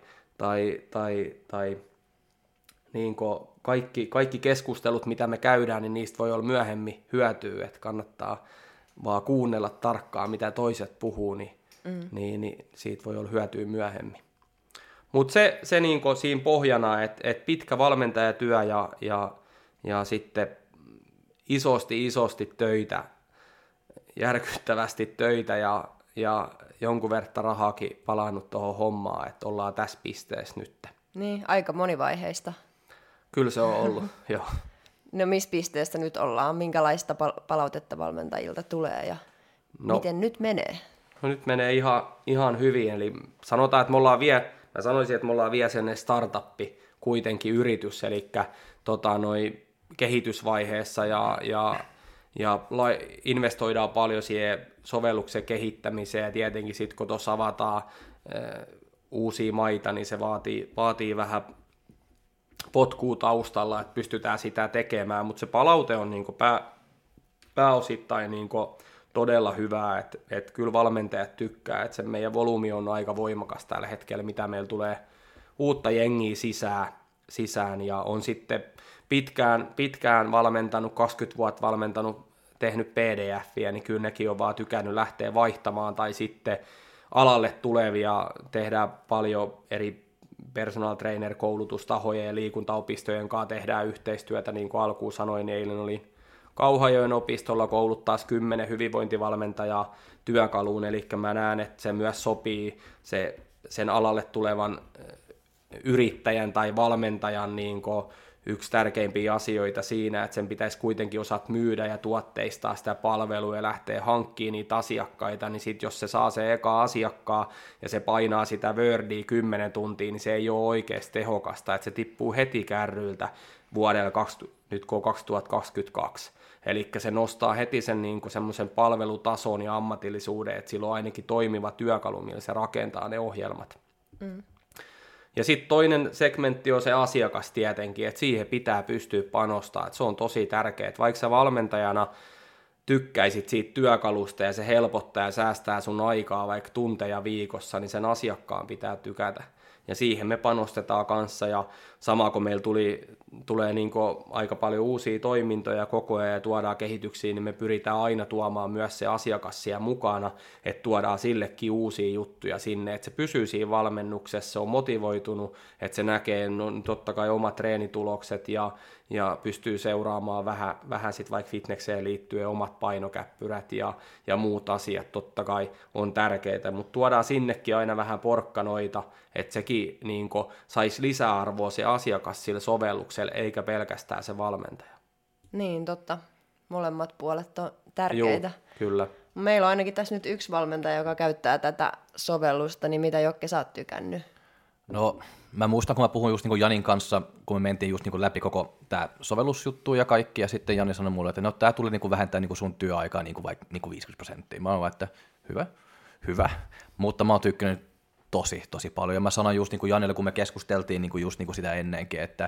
tai niin kaikki keskustelut, mitä me käydään, niin niistä voi olla myöhemmin hyötyä, että kannattaa vaan kuunnella tarkkaan, mitä toiset puhuu, niin siitä voi olla hyötyä myöhemmin. Mutta se niin siinä pohjana, että pitkä valmentajatyö ja sitten isosti töitä, järkyttävästi töitä ja jonkun verran rahaakin palannut tuohon hommaan, että ollaan tässä pisteessä nyt. Niin, aika monivaiheista. Kyllä se on ollut, joo. No missä pisteessä nyt ollaan? Minkälaista palautetta valmentajilta tulee ja miten nyt menee? No nyt menee ihan hyvin, eli sanotaan, että mä sanoisin, että me ollaan vielä sellainen startuppi kuitenkin yritys, eli kehitysvaiheessa ja investoidaan paljon siihen sovelluksen kehittämiseen, ja tietenkin sitten kun tuossa avataan uusia maita, niin se vaatii vähän potkua taustalla, että pystytään sitä tekemään, mutta se palaute on pääosittain todella hyvää, että kyllä valmentajat tykkää, että se meidän volyymi on aika voimakas tällä hetkellä, mitä meillä tulee uutta jengiä sisään ja on sitten pitkään valmentanut, 20 vuotta valmentanut, tehnyt PDFiä, niin kyllä nekin on vaan tykännyt lähteä vaihtamaan tai sitten alalle tulevia tehdään paljon eri personal trainer koulutustahojen ja liikuntaopistojen kanssa tehdään yhteistyötä, niin kuin alkuun sanoin, niin eilen oli Kauhajoen opistolla kouluttaa 10 hyvinvointivalmentajaa työkaluun, eli mä näen, että se myös sopii sen alalle tulevan yrittäjän tai valmentajan niin yksi tärkeimpiä asioita siinä, että sen pitäisi kuitenkin osata myydä ja tuotteistaa sitä palvelua ja lähteä hankkimaan niitä asiakkaita, niin sitten jos se saa se eka asiakkaa ja se painaa sitä Wordia 10 tuntia, niin se ei ole oikeasti tehokasta, että se tippuu heti kärryiltä vuodella nyt kun on 2022. Eli se nostaa heti sen niin semmoisen palvelutason ja ammatillisuuden, että sillä on ainakin toimiva työkalu, millä se rakentaa ne ohjelmat. Mm. Ja sitten toinen segmentti on se asiakas tietenkin, että siihen pitää pystyä panostamaan, että se on tosi tärkeää, että vaikka sä valmentajana tykkäisit siitä työkalusta ja se helpottaa ja säästää sun aikaa vaikka tunteja viikossa, niin sen asiakkaan pitää tykätä. Ja siihen me panostetaan kanssa, ja sama kun meillä tulee niin aika paljon uusia toimintoja koko ajan ja tuodaan kehityksiä, niin me pyritään aina tuomaan myös se asiakas siellä mukana, että tuodaan sillekin uusia juttuja sinne, että se pysyy siinä valmennuksessa, se on motivoitunut, että se näkee totta kai omat treenitulokset ja pystyy seuraamaan vähän sit vaikka fitnekseen liittyen omat painokäppyrät ja muut asiat totta kai on tärkeitä, mutta tuodaan sinnekin aina vähän porkkanoita, että sekin niin saisi lisäarvoa se asiakas sille sovellukselle, eikä pelkästään se valmentaja. Niin, totta. Molemmat puolet on tärkeitä. Joo, kyllä. Meillä on ainakin tässä nyt yksi valmentaja, joka käyttää tätä sovellusta, niin mitä Jokke sä oot tykännyt? No, mä muistan, kun mä puhuin just niin kuin Janin kanssa, kun me mentiin just niin kuin läpi koko tämä sovellusjuttu ja kaikki, ja sitten Jani sanoi mulle, että no tämä tuli niin kuin vähentää niin kuin sun työaikaa niin kuin vaikka niin kuin 50%. Mä oon että hyvä, mutta mä oon tykkännyt tosi paljon. Ja mä sanoin just niin kuin Janille, kun me keskusteltiin niin kuin just niin kuin sitä ennenkin, että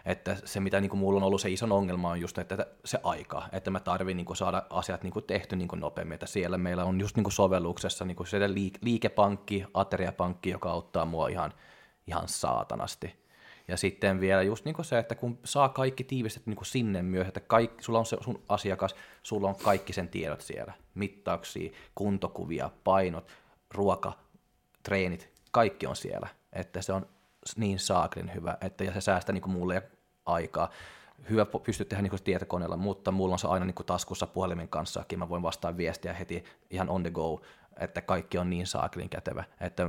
se mitä niin kuin mulla on ollut se ison ongelma on just, että se aika, että mä tarvin niin kuin saada asiat niin kuin tehty niin kuin nopeammin, että siellä meillä on just niin kuin sovelluksessa niin kuin se liikepankki, ateriapankki, joka auttaa mua ihan saatanasti. Ja sitten vielä just niin kuin se, että kun saa kaikki tiivistetty niin kuin sinne myös, että sulla on se sun asiakas, sulla on kaikki sen tiedot siellä, mittauksia, kuntokuvia, painot, ruoka, treenit, kaikki on siellä, että se on niin saaklin hyvä, että ja se säästää niin kuin mulle aikaa. Hyvä pystyy tehdä niin kuin tietokoneella, mutta mulla on se aina niin kuin taskussa puhelimen kanssakin, mä voin vastaa viestiä heti ihan on the go, että kaikki on niin saaklin kätevä, että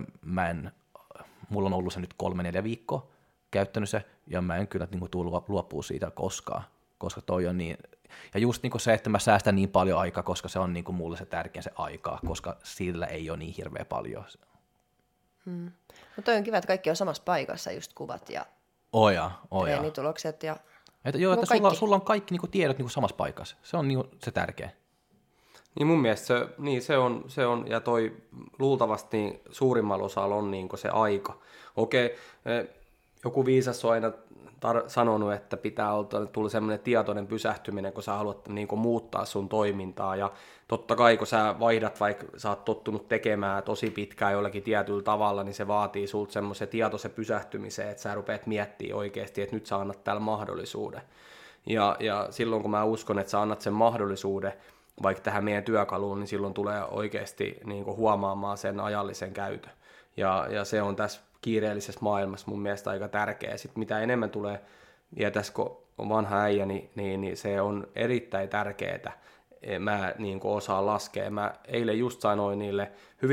mulla on ollut se nyt 3-4 viikkoa käyttänyt se, ja mä en kyllä niin kuin tule luopua siitä koskaan, koska toi on niin, ja just niin kuin se, että mä säästän niin paljon aikaa, koska se on niin kuin mulle se tärkein se aikaa, koska sillä ei ole niin hirveä paljon. No toi on kiva, että kaikki on samassa paikassa, just kuvat ja treenitulokset ja että sulla on kaikki niinku tiedot niinku samassa paikassa. Se on niinku se tärkeä. Niin mun mielestä se on ja toi luultavasti niin suurimmalla osalla on niinku se aika. Okei, joku viisas on aina sanonut, että pitää tulla semmoinen tietoinen pysähtyminen, kun sä haluat niinku muuttaa sun toimintaa, ja totta kai kun sä vaihdat, vaikka sä oot tottunut tekemään tosi pitkään jollakin tietyllä tavalla, niin se vaatii sulta semmoisen tietoisen pysähtymisen, että sä rupeat miettimään oikeasti, että nyt sä annat täällä mahdollisuuden. Ja silloin kun mä uskon, että sä annat sen mahdollisuuden vaikka tähän meidän työkaluun, niin silloin tulee oikeasti niinku huomaamaan sen ajallisen käytön. Ja se on tässä kiireellisessä maailmassa mun mielestä aika tärkeä. Sitten mitä enemmän tulee, ja tässä kun on vanha äijä, niin se on erittäin tärkeää. Mä niin osaan laskea. Mä eilen just sanoin niille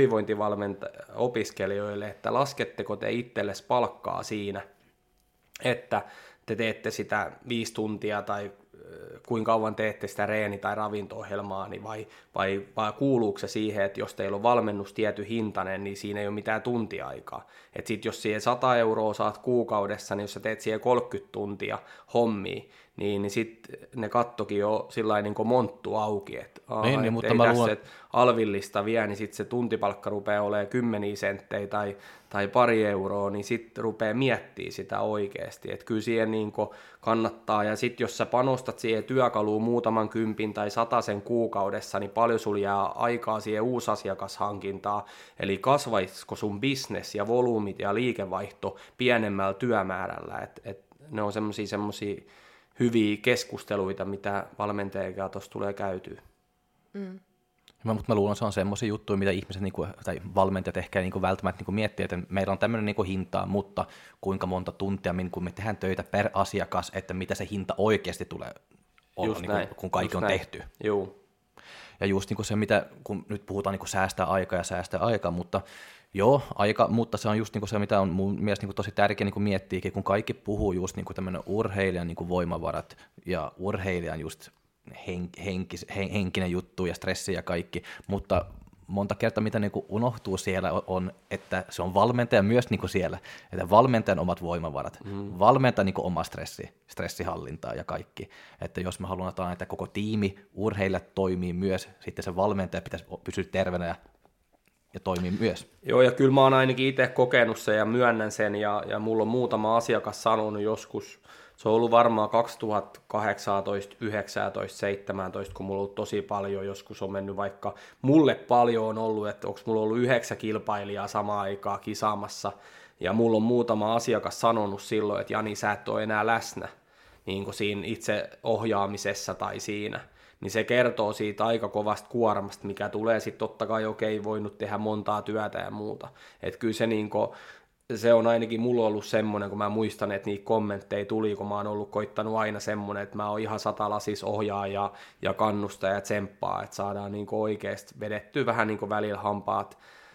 hyvinvointivalmentaja-opiskelijoille, että lasketteko te itsellesi palkkaa siinä, että te teette sitä 5 tuntia tai kuinka kauan teette sitä reeni- tai ravinto-ohjelmaa, niin vai kuuluuko se siihen, että jos teillä on valmennus tietyn hintainen, niin siinä ei ole mitään tuntiaikaa. Että sitten jos siihen 100 € saat kuukaudessa, niin jos sä teet siihen 30 tuntia hommia, niin sitten ne kattokin jo sillain niin kuin monttu auki, että niin, mutta ei mä tässä alvillista vie, niin sitten se tuntipalkka rupeaa olemaan 10 senttejä tai pari euroa, niin sitten rupeaa miettimään sitä oikeasti, että kyllä siihen niin kuin kannattaa, ja sitten jos sä panostat siihen työkaluun muutaman kympin tai 100 kuukaudessa, niin paljon sulla jää aikaa siihen uusasiakashankintaan, eli kasvaisiko sun business ja volyymit ja liikevaihto pienemmällä työmäärällä, että ne on semmoisia hyviä keskusteluita, mitä valmentajakaan tuossa tulee käytyä. Mutta mä luulen, että se on semmoisia juttuja, mitä ihmiset tai valmentajat ehkä välttämättä miettii, että meillä on tämmöinen hinta, mutta kuinka monta tuntia kun me tehdään töitä per asiakas, että mitä se hinta oikeasti tulee olla, kun kaikki on tehty. Joo. Ja just se, mitä, kun nyt puhutaan säästää aikaa, mutta joo, mutta se on just se, mitä on mun mielestä tosi tärkeä miettiäkin, kun kaikki puhuu just tämmöinen urheilijan voimavarat ja urheilijan just henkinen juttu ja stressi ja kaikki, mutta monta kertaa mitä unohtuu siellä on, että se on valmentaja myös siellä, että valmentajan omat voimavarat, valmentajan oma stressihallintaa ja kaikki, että jos me halutaan, että koko tiimi urheilijat toimii myös, sitten se valmentaja pitäisi pysyä terveenä ja toimii myös. Joo, ja kyllä mä oon ainakin itse kokenut sen ja myönnän sen, ja mulla on muutama asiakas sanonut joskus, se on ollut varmaan 2018, 19, 17, kun mulla on ollut tosi paljon, joskus on mennyt vaikka, mulle paljon on ollut, että onko mulla ollut 9 kilpailijaa samaan aikaan kisaamassa, ja mulla on muutama asiakas sanonut silloin, että Jani, sä et ole enää läsnä niin kuin siinä itse ohjaamisessa tai siinä, niin se kertoo siitä aika kovasta kuormasta, mikä tulee sitten totta kai, okei, voinut tehdä montaa työtä ja muuta, että kyllä se se on ainakin mulla ollut semmoinen, kun mä muistan, että niitä kommentteja tuli, kun mä oon ollut koittanut aina semmoinen, että mä oon ihan satalasis ohjaa ja kannustaa ja tsemppaa, että saadaan oikeasti vedettyä vähän välillä hampaat,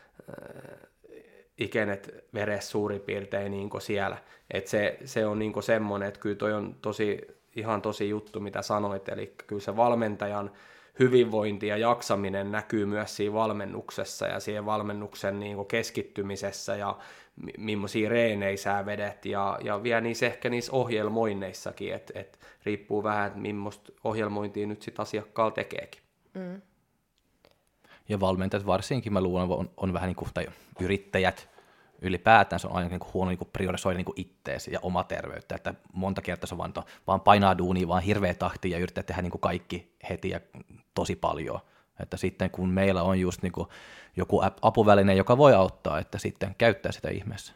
ikenet veressä suurin piirtein siellä. Että se on semmoinen, että kyllä toi on ihan tosi juttu, mitä sanoit, eli kyllä se valmentajan hyvinvointi ja jaksaminen näkyy myös siinä valmennuksessa ja siihen valmennuksen keskittymisessä ja millaisia reenejä sä vedet ja vielä ehkä niissä ohjelmoinneissakin, että riippuu vähän, että millaista ohjelmointia nyt sit asiakkaalla tekeekin. Ja valmentajat varsinkin, mä luulen, on vähän tai yrittäjät ylipäätään, se on aina huono priorisoida itteesi ja oma terveyttä, että monta kertaa se vaan painaa duunia vaan hirveä tahti ja yrittää tehdä kaikki heti ja tosi paljon. Että sitten kun meillä on just joku apuväline, joka voi auttaa, että sitten käyttää sitä ihmeessä.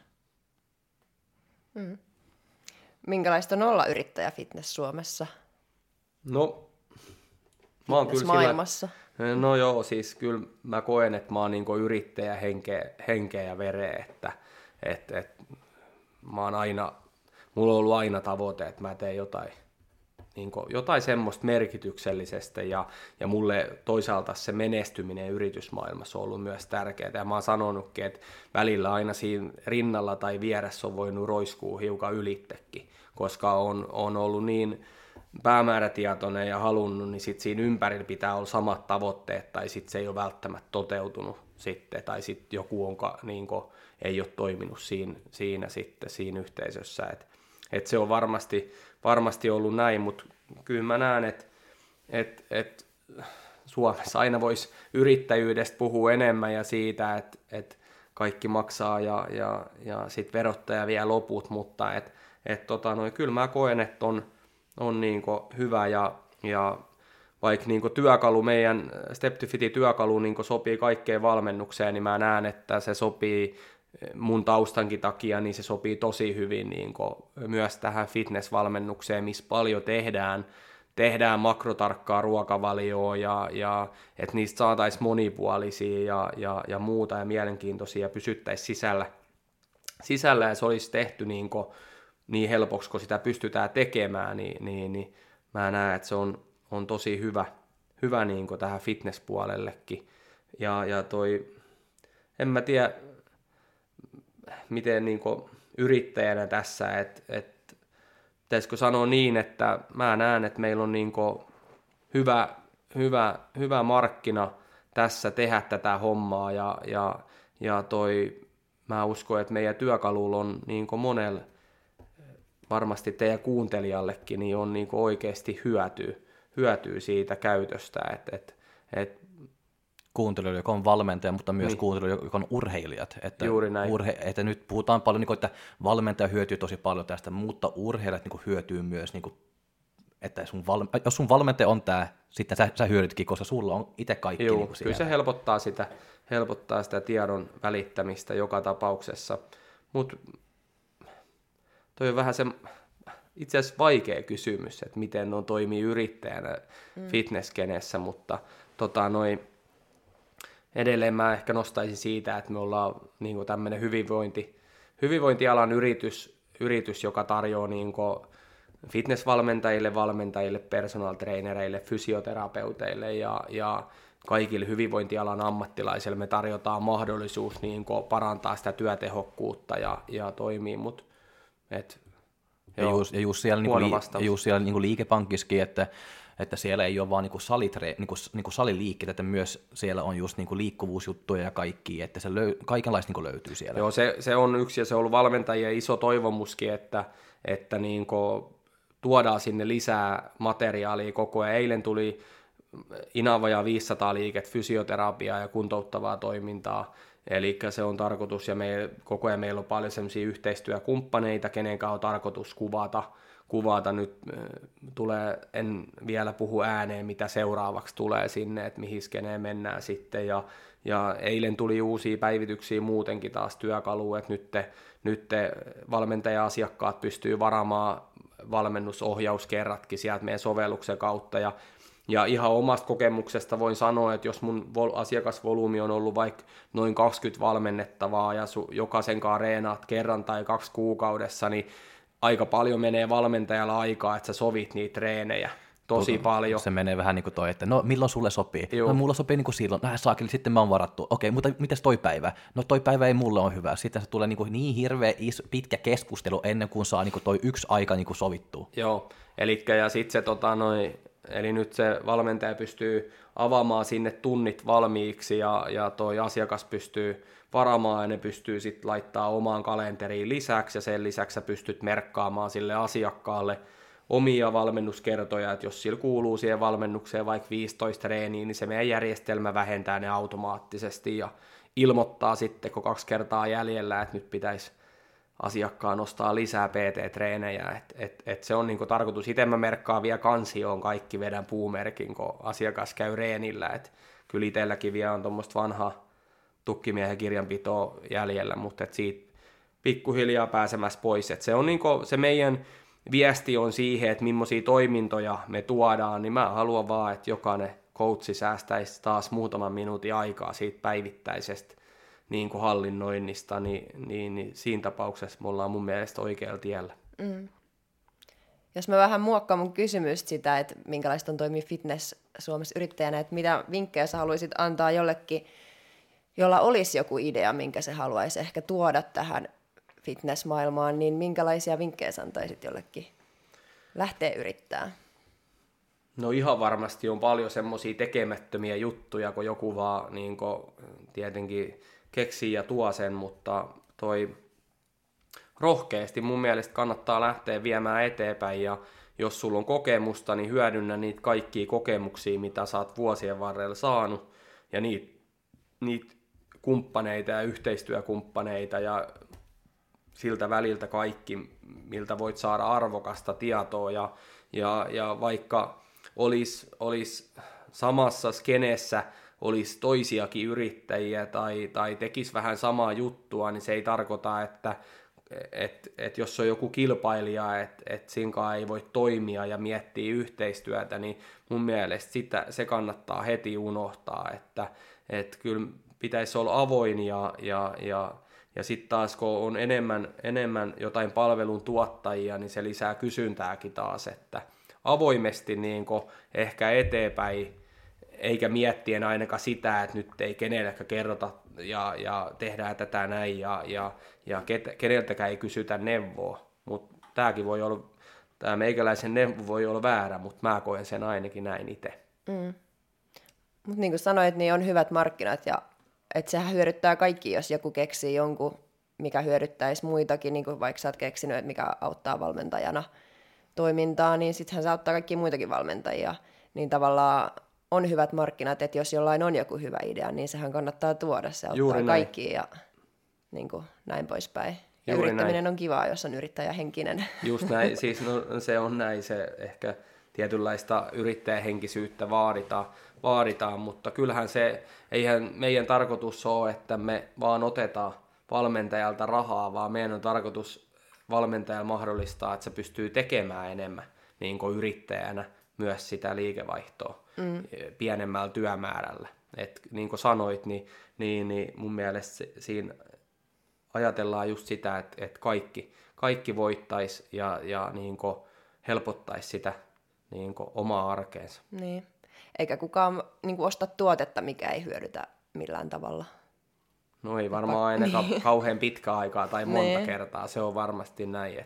Minkälaista on olla yrittäjä fitness Suomessa? No, mä oon kyllä maailmassa. No joo, siis kyllä mä koen, että mä oon yrittäjä henkeä ja vereä, että mä oon mulla on ollut aina tavoite, että mä teen jotain semmoista merkityksellisestä ja mulle toisaalta se menestyminen yritysmaailmassa on ollut myös tärkeää. Ja mä oon sanonutkin, että välillä aina siinä rinnalla tai vieressä on voinut roiskua hiukan ylittekin, koska on ollut niin päämäärätietoinen ja halunnut, niin sit siinä ympärillä pitää olla samat tavoitteet tai sitten se ei ole välttämättä toteutunut sitten tai sitten joku ei ole toiminut siinä yhteisössä. Et se on varmasti ollut näin, mutta kyllä mä näen, että Suomessa aina voisi yrittäjyydestä puhua enemmän ja siitä, että kaikki maksaa ja sitten verottaja vie loput, mutta kyllä mä koen, että on hyvä ja vaikka työkalu, meidän Step to Fitin työkalu sopii kaikkeen valmennukseen, niin mä näen, että se sopii mun taustankin takia, niin se sopii tosi hyvin myös tähän fitness-valmennukseen, missä paljon tehdään makrotarkkaa ruokavalioa ja että niistä saataisiin monipuolisia ja muuta ja mielenkiintoisia ja pysyttäisiin sisällä ja se olisi tehty niin helpoksi, kun sitä pystytään tekemään, niin mä näen, että se on tosi hyvä tähän fitness-puolellekin ja en mä tiedä, miten yrittäjänä tässä, että pitäisikö sanoa niin, että mä näen, että meillä on hyvä markkina tässä tehdä tätä hommaa ja mä uskon, että meidän työkalulla on monella varmasti teidän kuuntelijallekin niin on niin kuin oikeasti hyötyy siitä käytöstä, että kuuntelijoille, joka on valmentaja, mutta myös kuuntelijoille, joka on urheilijat. Että juuri näin. Että nyt puhutaan paljon, että valmentaja hyötyy tosi paljon tästä, mutta urheilijat hyötyy myös, että jos sun valmentaja on tämä, sitten sä hyödytkin, koska sulla on itse kaikki. Joo, kyllä se helpottaa sitä tiedon välittämistä joka tapauksessa, mutta toi on vähän se itse asiassa vaikea kysymys, että miten on toimii yrittäjänä fitnesskenessä, mutta edelleen mä ehkä nostaisin siitä, että me ollaan niin tämmöinen hyvinvointialan yritys, joka tarjoaa niin fitnessvalmentajille, personal trainereille, fysioterapeuteille ja kaikille hyvinvointialan ammattilaisille me tarjotaan mahdollisuus niin parantaa sitä työtehokkuutta ja toimii, mutta ja just siellä liikepankissakin, että siellä ei ole vaan saliliikkeet, että myös siellä on just liikkuvuusjuttuja ja kaikki, että se kaikenlaista löytyy siellä. Joo, se on yksi ja se on ollut valmentajien iso toivomuskin, että tuodaan sinne lisää materiaalia koko ajan. Eilen tuli Inavajaa 500 liiket, fysioterapiaa ja kuntouttavaa toimintaa, eli se on tarkoitus, ja koko ajan meillä on paljon sellaisia yhteistyökumppaneita, kenen kanssa on tarkoitus kuvata. Nyt en vielä puhu ääneen, mitä seuraavaksi tulee sinne, että mihin skeneen mennään sitten, ja eilen tuli uusia päivityksiä muutenkin taas työkaluja, että nyt valmentaja-asiakkaat pystyy varaamaan valmennusohjauskerratkin sieltä meidän sovelluksen kautta, ja ihan omasta kokemuksesta voin sanoa, että jos mun asiakasvolyymi on ollut vaikka noin 20 valmennettavaa ja jokaisen kanssa reenaat kerran tai 2 kuukaudessa, niin aika paljon menee valmentajalla aikaa, että sä sovit niitä treenejä. Tosi paljon. Se menee vähän niin kuin toi, että no milloin sulle sopii? Joo. No mulla sopii niin kuin silloin. Saakeli, sitten mä oon varattu. Okei, mutta mitäs toi päivä? No toi päivä ei mulle ole hyvä. Sitten se tulee niin hirveä pitkä keskustelu ennen kuin saa niin kuin toi yksi aika niin kuin sovittua. Joo, ja sitten se eli nyt se valmentaja pystyy avaamaan sinne tunnit valmiiksi ja toi asiakas pystyy varaamaan ja ne pystyy sitten laittaa omaan kalenteriin lisäksi ja sen lisäksi sä pystyt merkkaamaan sille asiakkaalle omia valmennuskertoja, että jos sillä kuuluu siihen valmennukseen vaikka 15 treeniä, niin se meidän järjestelmä vähentää ne automaattisesti ja ilmoittaa sitten, kun 2 kertaa jäljellä, että nyt pitäisi asiakkaan nostaa lisää PT-treenejä, että se on niinku tarkoitus. Itse mä merkkaan vielä kansioon kaikki, vedän puumerkin, kun asiakas käy reenillä, että kyllä itselläkin vielä on tuommoista vanhaa tukkimiehen kirjanpitoa jäljellä, mutta siitä pikkuhiljaa pääsemässä pois, että se on niinku, se meidän viesti on siihen, että millaisia toimintoja me tuodaan, niin mä haluan vaan, että jokainen coachi säästäisi taas muutaman minuutin aikaa siitä päivittäisestä niin kuin hallinnoinnista, niin siinä tapauksessa me ollaan mun mielestä oikealla tiellä. Jos mä vähän muokkaan mun kysymystä sitä, että minkälaista on toimia fitness Suomessa yrittäjänä, että mitä vinkkejä sä haluaisit antaa jollekin, jolla olisi joku idea, minkä se haluaisi ehkä tuoda tähän fitnessmaailmaan, niin minkälaisia vinkkejä sä antaisit jollekin lähteä yrittämään? No ihan varmasti on paljon semmoisia tekemättömiä juttuja, kun joku vaan niin kun, tietenkin keksii ja tuo sen, mutta toi rohkeasti mun mielestä kannattaa lähteä viemään eteenpäin, ja jos sulla on kokemusta, niin hyödynnä niitä kaikkia kokemuksia, mitä sä oot vuosien varrella saanut, ja niitä kumppaneita ja yhteistyökumppaneita ja siltä väliltä kaikki, miltä voit saada arvokasta tietoa, ja vaikka olisi samassa skenessä, olisi toisiakin yrittäjiä tai tekisi vähän samaa juttua, niin se ei tarkoita, että jos on joku kilpailija, että sinkaan ei voi toimia ja miettiä yhteistyötä, niin mun mielestä se kannattaa heti unohtaa, että kyllä pitäisi olla avoin ja sitten taas kun on enemmän jotain palvelun tuottajia, niin se lisää kysyntääkin taas, että avoimesti niin ehkä eteenpäin, eikä miettien ainakaan sitä, että nyt ei kenellekään kerrota ja tehdään tätä näin ja keneltäkään ei kysytä neuvoa, mutta tämä meikäläisen neuvo voi olla väärä, mutta mä koen sen ainakin näin itse. Mutta niin kuin sanoit, niin on hyvät markkinat ja että sehän hyödyttää kaikki, jos joku keksii jonkun, mikä hyödyttäisi muitakin, niin kuin vaikka sä oot keksinyt, että mikä auttaa valmentajana toimintaa, niin sittenhän se auttaa kaikkia muitakin valmentajia. Niin tavallaan on hyvät markkinat, että jos jollain on joku hyvä idea, niin sehän kannattaa tuoda, se auttaa kaikkia ja niin kuin näin poispäin. Ja juuri yrittäminen näin on kivaa, jos on yrittäjähenkinen. Just näin, siis no, se on näin, se ehkä tietynlaista yrittäjähenkisyyttä vaaditaan, mutta kyllähän se, eihän meidän tarkoitus ole, että me vaan otetaan valmentajalta rahaa, vaan meidän on tarkoitus valmentajalla mahdollistaa, että se pystyy tekemään enemmän niin kuin yrittäjänä myös sitä liikevaihtoa pienemmällä työmäärällä. Et, niin kuin sanoit, niin mun mielestä siinä ajatellaan just sitä, että kaikki voittaisi ja niin kuin helpottaisi sitä niin kuin omaa arkeensa. Niin. Eikä kukaan niin kuin osta tuotetta, mikä ei hyödytä millään tavalla. No ei varmaan ainakaan kauhean pitkä aikaa tai monta kertaa. Se on varmasti näin.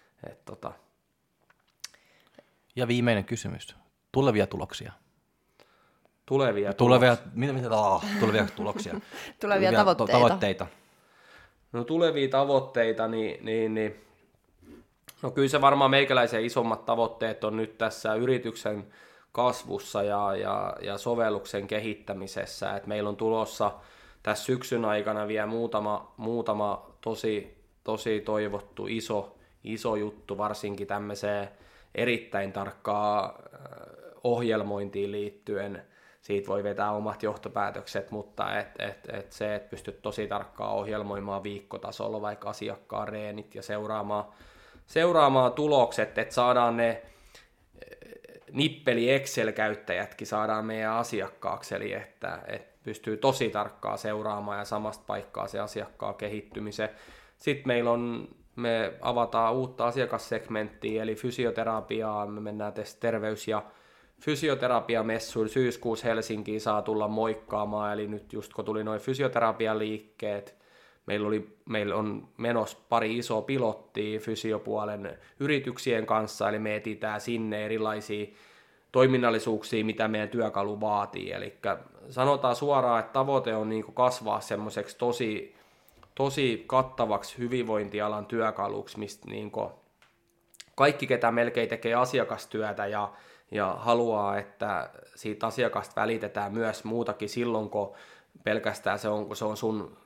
Ja viimeinen kysymys. Tulevia tuloksia. Tulevia tuloksia. Tulevia tavoitteita. No tulevia tavoitteita, niin no kyllä se varmaan meikäläisen isommat tavoitteet on nyt tässä yrityksen kasvussa ja sovelluksen kehittämisessä. Et meillä on tulossa tässä syksyn aikana vielä muutama tosi toivottu iso juttu, varsinkin tämmöiseen erittäin tarkkaan ohjelmointiin liittyen. Siitä voi vetää omat johtopäätökset, mutta se, että pystyt tosi tarkkaan ohjelmoimaan viikkotasolla vaikka asiakkaan reenit ja seuraamaan tulokset, että saadaan ne nippeli Excel-käyttäjätkin saadaan meidän asiakkaaksi, eli että pystyy tosi tarkkaan seuraamaan ja samasta paikkaa se asiakkaan kehittymisen. Sitten me avataan uutta asiakassegmenttiä, eli fysioterapiaa, me mennään terveys- ja fysioterapiamessuilla syyskuussa Helsinkiin saa tulla moikkaamaan, eli nyt just kun tuli noin fysioterapian liikkeet, meillä on menossa pari isoa pilottia fysiopuolen yrityksien kanssa, eli me etsitään sinne erilaisia toiminnallisuuksia, mitä meidän työkalu vaatii, eli sanotaan suoraan, että tavoite on niin kuin kasvaa semmoiseksi tosi kattavaksi hyvinvointialan työkaluksi, mistä niin kuin kaikki, ketä melkein tekee asiakastyötä ja haluaa, että siitä asiakasta välitetään myös muutakin silloin, kun pelkästään se on sun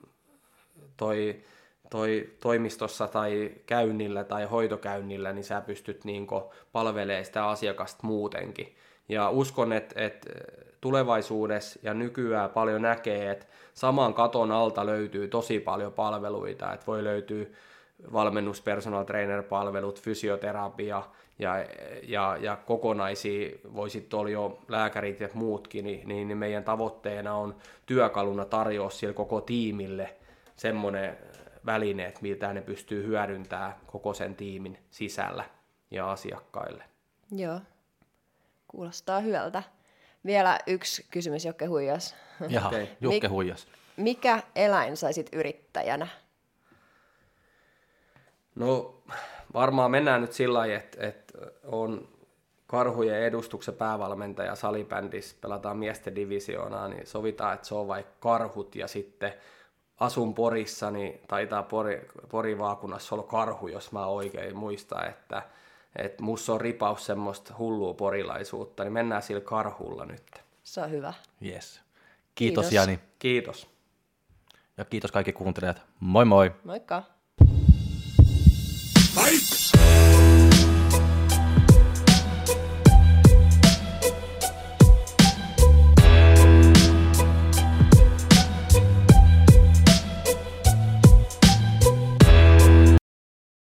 toimistossa tai käynnillä tai hoitokäynnillä, niin sä pystyt niinku palvelemaan sitä asiakasta muutenkin. Ja uskon, että tulevaisuudessa ja nykyään paljon näkee, että saman katon alta löytyy tosi paljon palveluita, että voi löytyä valmennus, personal trainer-palvelut, fysioterapia ja kokonaisia, voi sitten olla jo lääkärit ja muutkin, niin meidän tavoitteena on työkaluna tarjoa sille koko tiimille semmoinen väline, että mitä ne pystyy hyödyntämään koko sen tiimin sisällä ja asiakkaille. Joo, kuulostaa hyvältä. Vielä yksi kysymys, Jokke huijas. Jaha, okay. Jokke huijas. Mikä eläin saisit yrittäjänä? No varmaan mennään nyt sillä lailla, että on karhujen edustuksen päävalmentaja salibändissä, pelataan miesten divisioonaa, niin sovitaan, että se on vaikka karhut ja sitten asun Porissa, niin taitaa Porin vaakunassa olla karhu, jos mä oikein muistan, että musta on ripaus semmoista hullua porilaisuutta, niin mennään sillä karhulla nyt. Se on hyvä. Yes. Kiitos Jani. Kiitos. Ja kiitos kaikki kuuntelijat. Moi moi. Moikka. Fight!